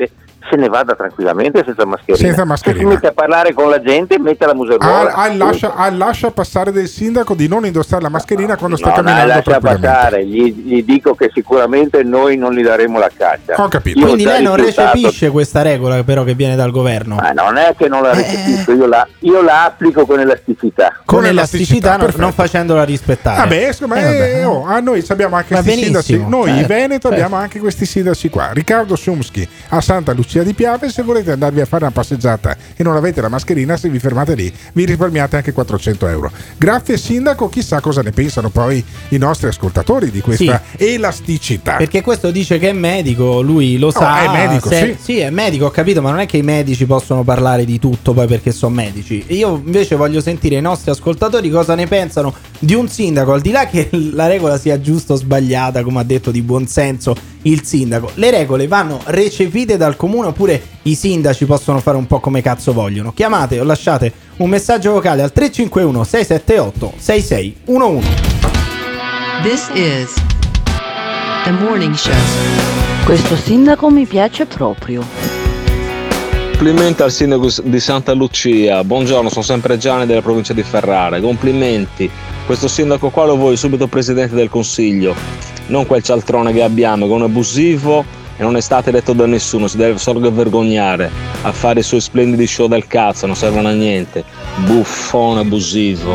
se ne vada tranquillamente senza mascherina. Se si mette a parlare con la gente, mette la museruola.
Lascia passare del sindaco di non indossare la mascherina quando sta camminando.
Lascia passare, gli dico che sicuramente noi non gli daremo la caccia.
Ho capito.
Quindi lei non recepisce questa regola però che viene dal governo?
Ma non è che non la recepisco, io la applico con elasticità.
Con elasticità, non facendola rispettare.
Noi abbiamo anche questi sindaci. Noi in Veneto abbiamo anche questi sindaci qua. Riccardo Szumski a Santa Lucia di Piave. Se volete andarvi a fare una passeggiata e non avete la mascherina, se vi fermate lì vi risparmiate anche 400 euro. Grazie sindaco, chissà cosa ne pensano poi i nostri ascoltatori di questa elasticità,
perché questo dice che è medico, lui lo sa.
È medico,
sì, è medico, ho capito, ma non è che i medici possono parlare di tutto poi perché sono medici. Io invece voglio sentire i nostri ascoltatori cosa ne pensano di un sindaco, al di là che la regola sia giusta o sbagliata, come ha detto di buon senso il sindaco. Le regole vanno recepite dal comune oppure i sindaci possono fare un po' come cazzo vogliono? Chiamate o lasciate un messaggio vocale al 351 678 6611.
This is The Morning Show.
Questo sindaco mi piace proprio.
Complimenti al sindaco di Santa Lucia. Buongiorno, sono sempre Gianni della provincia di Ferrara. Complimenti. Questo sindaco qua lo vuoi subito presidente del consiglio, non quel cialtrone che abbiamo, che è un abusivo e non è stato eletto da nessuno, si deve solo vergognare a fare i suoi splendidi show del cazzo, non servono a niente. Buffone abusivo.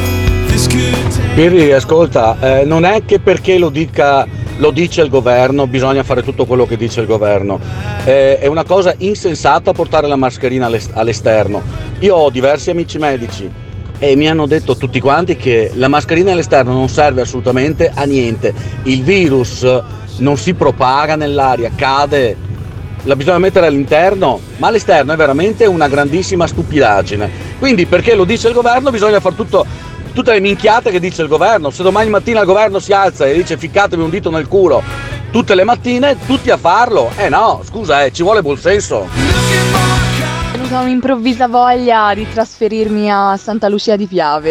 Pirri, ascolta, non è che perché lo dice il governo bisogna fare tutto quello che dice il governo. È una cosa insensata portare la mascherina all'esterno. Io ho diversi amici medici e mi hanno detto tutti quanti che la mascherina all'esterno non serve assolutamente a niente. Il virus non si propaga nell'aria, cade, la bisogna mettere all'interno, ma all'esterno è veramente una grandissima stupidaggine. Quindi perché lo dice il governo bisogna fare tutte le minchiate che dice il governo. Se domani mattina il governo si alza e dice ficcatevi un dito nel culo tutte le mattine, tutti a farlo. No, scusa, ci vuole buon senso.
È venuta un'improvvisa voglia di trasferirmi a Santa Lucia di Piave.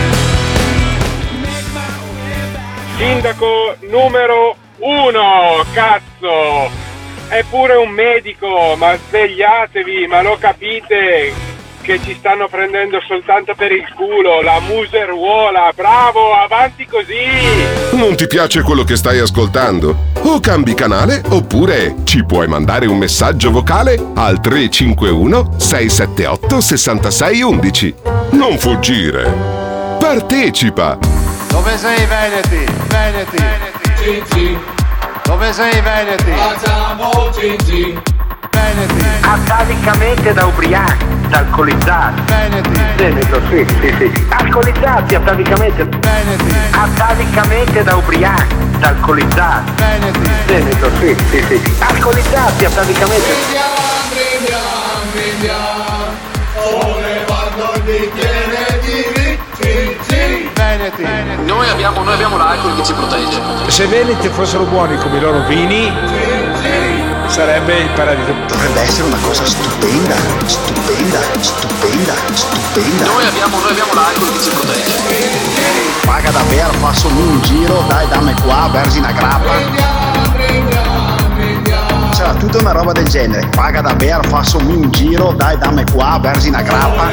Sindaco numero 1, cazzo! È pure un medico, ma svegliatevi, ma lo capite che ci stanno prendendo soltanto per il culo, la museruola, bravo, avanti così!
Non ti piace quello che stai ascoltando? O cambi canale oppure ci puoi mandare un messaggio vocale al 351 678 6611. Non fuggire! Partecipa!
Dove sei Veneti? Veneti! Cinci! Dove sei Veneti?
Facciamo Cinci!
Veneti!
Atavicamente da ubriachi, da alcolizzati.
Veneti!
Veneto, sì. Alcolizzati atavicamente.
Veneti!
Atavicamente da ubriachi, da alcolizzati.
Veneti!
Veneto, sì. Alcolizzati atavicamente. Andiamo, sollevando il bicchiere di Cinci.
Veneti!
Noi abbiamo l'alcol che ci protegge.
Se Veneti fossero buoni come i loro vini, sarebbe il paradiso.
Dovrebbe essere una cosa stupenda.
Noi abbiamo l'alcol che ci protegge.
Paga da bere, fassami un giro, dai dammi qua, versi una grappa. C'era tutta una roba del genere. Paga da bere, fassami un giro, dai dammi qua, versi una grappa.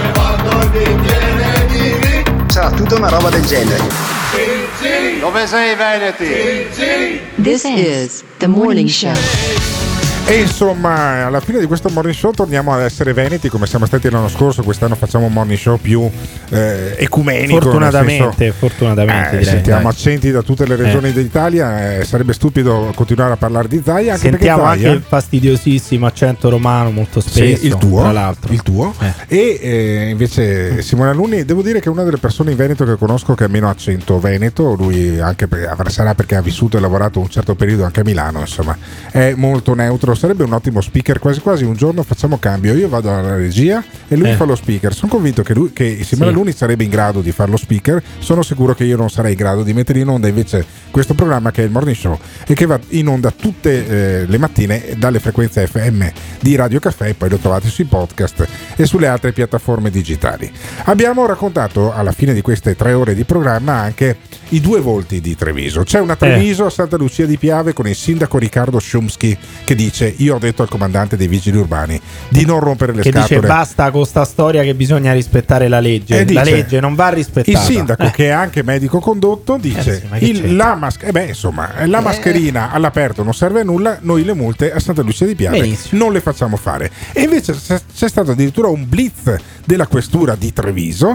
C'era tutta una roba del genere.
Dove sei Veneti?
This is The Morning Show.
E insomma, alla fine di questo morning show torniamo ad essere veneti come siamo stati l'anno scorso. Quest'anno facciamo un morning show più ecumenico.
Fortunatamente direi,
sentiamo accenti da tutte le regioni d'Italia. Sarebbe stupido continuare a parlare di Zaia.
Sentiamo anche il fastidiosissimo accento romano molto spesso.
Sì, il tuo,
tra l'altro.
Il tuo. E invece Simone Alunni, devo dire che è una delle persone in Veneto che conosco che ha meno accento veneto. Lui anche sarà perché ha vissuto e lavorato un certo periodo anche a Milano. Insomma, è molto neutro. Sarebbe un ottimo speaker, quasi un giorno facciamo cambio, io vado alla regia e lui fa lo speaker. Sono convinto che Simone Alunni sarebbe in grado di fare lo speaker, sono sicuro che io non sarei in grado di mettere in onda invece questo programma che è il Morning Show e che va in onda tutte le mattine dalle frequenze FM di Radio Caffè e poi lo trovate sui podcast e sulle altre piattaforme digitali. Abbiamo raccontato alla fine di queste 3 ore di programma anche i 2 volti di Treviso. C'è una Treviso a Santa Lucia di Piave con il sindaco Riccardo Szumski che dice dice: io ho detto al comandante dei vigili urbani di non rompere le scatole.
Dice basta con sta storia che bisogna rispettare la legge. La legge non va rispettata.
Il sindaco, che è anche medico condotto, dice la mascherina all'aperto non serve a nulla, noi le multe a Santa Lucia di Piave non le facciamo fare. E invece c'è stato addirittura un blitz della questura di Treviso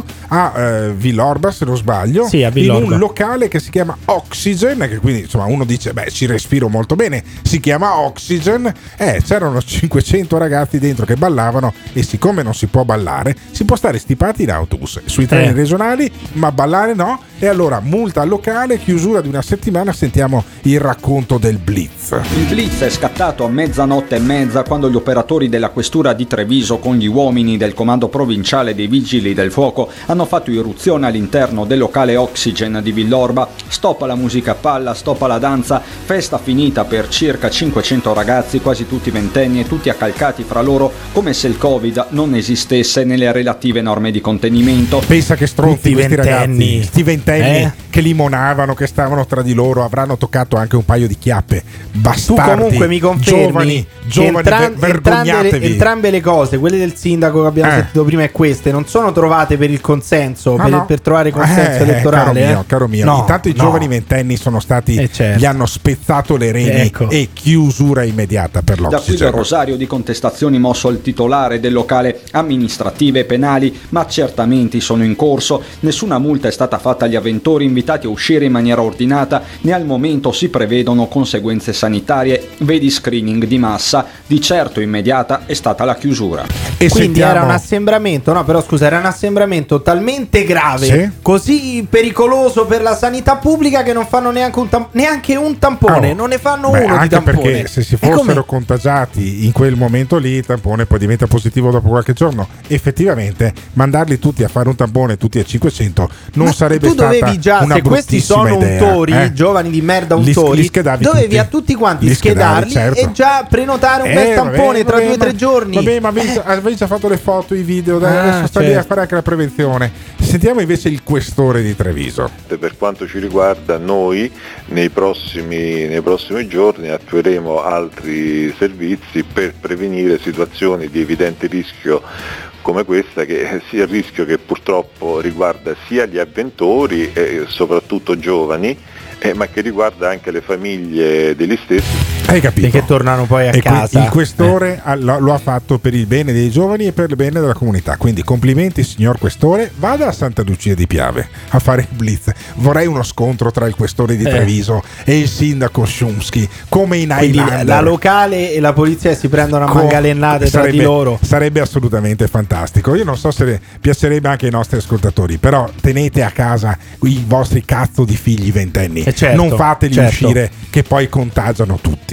a Villorba, se non sbaglio, in un locale che si chiama Oxygen, che quindi insomma uno dice ci respiro molto bene, si chiama Oxygen. C'erano 500 ragazzi dentro che ballavano, e siccome non si può ballare, si può stare stipati in autobus sui treni regionali, ma ballare no. E allora multa al locale, chiusura di una settimana. Sentiamo il racconto del blitz.
Il blitz è scattato a 00:30 quando gli operatori della questura di Treviso con gli uomini del comando provinciale dei vigili del fuoco hanno fatto irruzione all'interno del locale Oxygen di Villorba. Stop alla musica a palla, stop alla danza, festa finita per circa 500 ragazzi, quasi tutti ventenni e tutti accalcati fra loro come se il Covid non esistesse nelle relative norme di contenimento.
Pensa che stronzi questi ragazzi, sti ventenni che limonavano, che stavano tra di loro, avranno toccato anche un paio di chiappe. Bastardi.
Tu comunque mi confermi
giovani, vergognatevi.
Entrambe le cose, quelle del sindaco che abbiamo sentito prima e queste, non sono trovate per il consenso, per trovare consenso elettorale.
Caro mio, intanto i giovani ventenni sono stati, gli hanno spezzato le reni e chiusura immediata per l'Oxygen.
Da qui il rosario di contestazioni mosso al titolare del locale, amministrative e penali, ma accertamenti sono in corso. Nessuna multa è stata fatta agli avventori invitati a uscire in maniera ordinata, né al momento si prevedono conseguenze sanitarie, vedi screening di massa. Di certo immediata è stata la chiusura.
E quindi era un assembramento, era un assembramento talmente grave, così pericoloso per la sanità pubblica, che non fanno neanche un tampone, non ne fanno uno
anche
di tampone.
Perché se si fossero contagiati in quel momento lì, il tampone poi diventa positivo dopo qualche giorno. Effettivamente mandarli tutti a fare un tampone, tutti a 500, non sarebbe stata
dovevi già,
una
se questi sono
idea,
untori, giovani di merda untori, dovevi a tutti quanti schedarli, e già prenotare un bel tampone tra 2 o 3 giorni.
Vabbè, ma avevi già fatto le foto, i video, adesso sta lì a fare anche la prevenzione. Sentiamo invece il questore di Treviso.
Per quanto ci riguarda, noi nei prossimi giorni attueremo altri servizi per prevenire situazioni di evidente rischio come questa, che sia il rischio che purtroppo riguarda sia gli avventori e soprattutto giovani, ma che riguarda anche le famiglie degli stessi.
Hai capito?
Che tornano poi a casa.
Il questore lo ha fatto per il bene dei giovani e per il bene della comunità. Quindi complimenti, signor questore. Vada a Santa Lucia di Piave a fare il blitz. Vorrei uno scontro tra il questore di Treviso e il sindaco Szumski, come in Highlander.
La locale e la polizia si prendono a mangalennate tra di loro.
Sarebbe assolutamente fantastico. Io non so se piacerebbe anche ai nostri ascoltatori, però tenete a casa i vostri cazzo di figli ventenni. Non fateli uscire, che poi contagiano tutti.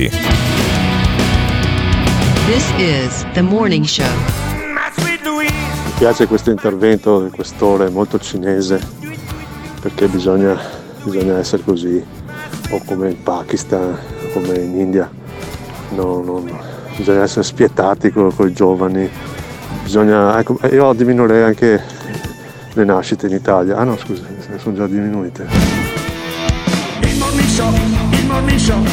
This is the morning show.
Mi piace questo intervento del questore, molto cinese, perché bisogna essere così, o come in Pakistan, o come in India. Bisogna essere spietati con i giovani. Io diminuirei anche le nascite in Italia. Ah no, scusa, sono già diminuite.
Il morning show.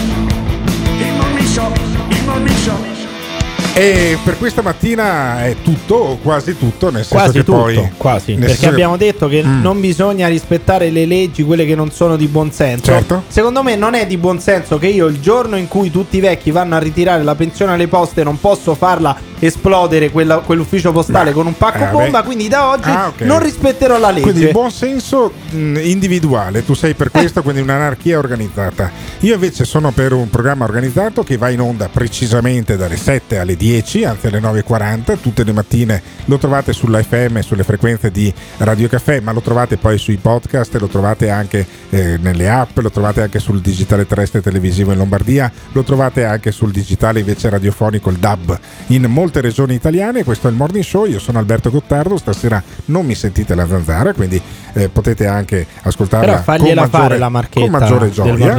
E per questa mattina è tutto, o quasi tutto, nel senso
quasi
che
tutto,
poi
quasi, perché abbiamo detto che non bisogna rispettare le leggi, quelle che non sono di buonsenso.
Certo.
Secondo me non è di buonsenso che io, il giorno in cui tutti i vecchi vanno a ritirare la pensione alle poste, non posso farla esplodere quell'ufficio postale con un pacco bomba, quindi da oggi non rispetterò la legge.
Quindi il buon senso individuale, tu sei per questo, quindi un'anarchia organizzata. Io invece sono per un programma organizzato che va in onda precisamente dalle 7 alle 10, anzi alle 9:40 tutte le mattine. Lo trovate sulla FM, sulle frequenze di Radio Caffè, ma lo trovate poi sui podcast, lo trovate anche nelle app, lo trovate anche sul digitale terrestre televisivo in Lombardia, lo trovate anche sul digitale invece radiofonico, il DAB, in molte regioni italiane. Questo è il Morning Show, io sono Alberto Gottardo, stasera non mi sentite la zanzara, quindi potete anche ascoltarla
con maggiore gioia.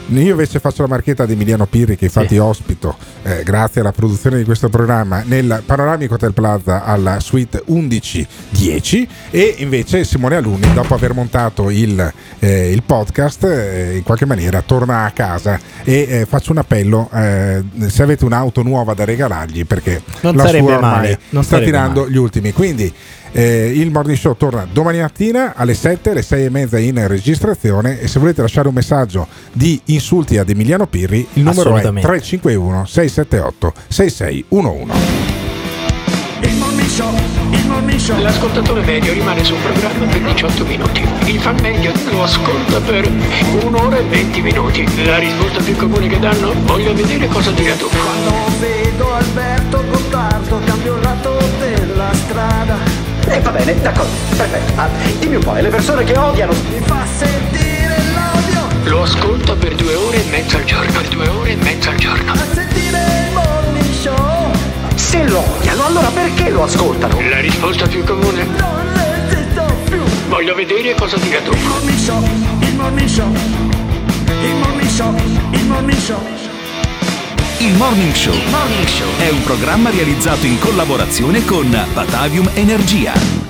Io invece faccio la marchetta ad Emiliano Pirri, che infatti ospito, grazie alla produzione di questo programma, nel Panoramic Hotel Plaza alla suite 1110, e invece Simone Alunni, dopo aver montato il podcast, in qualche maniera torna a casa, e faccio un appello, se avete un'auto nuova da regalargli, perché
non
la
sarebbe
sua ormai
male, non
sta tirando
male.
gli ultimi, quindi il Morning Show torna domani mattina alle 7, alle 6:30 in registrazione, e se volete lasciare un messaggio di insulti ad Emiliano Pirri, il numero è 351 678 6611.
Il Morning Show. L'ascoltatore medio rimane sul programma per 18 minuti. Il fan medio lo ascolta per 1 ora e 20 minuti. La risposta più comune che danno? Voglio vedere cosa dirà tu.
Quando vedo Alberto Gottardo cambio il lato della strada.
Va bene, d'accordo, perfetto. Dimmi un po', le persone che odiano
Mi fa sentire l'odio.
Lo ascolta per 2 ore e mezza al giorno. Per 2 ore e mezza al giorno.
A sentire il Morning Show.
Se lo odiano, allora perché lo ascoltano?
La risposta più comune?
Non resisto più.
Voglio vedere cosa dirà tu.
Il Morning Show, il Morning Show. Il Morning Show, il Morning Show.
Il Morning Show è un programma realizzato in collaborazione con Batavium Energia.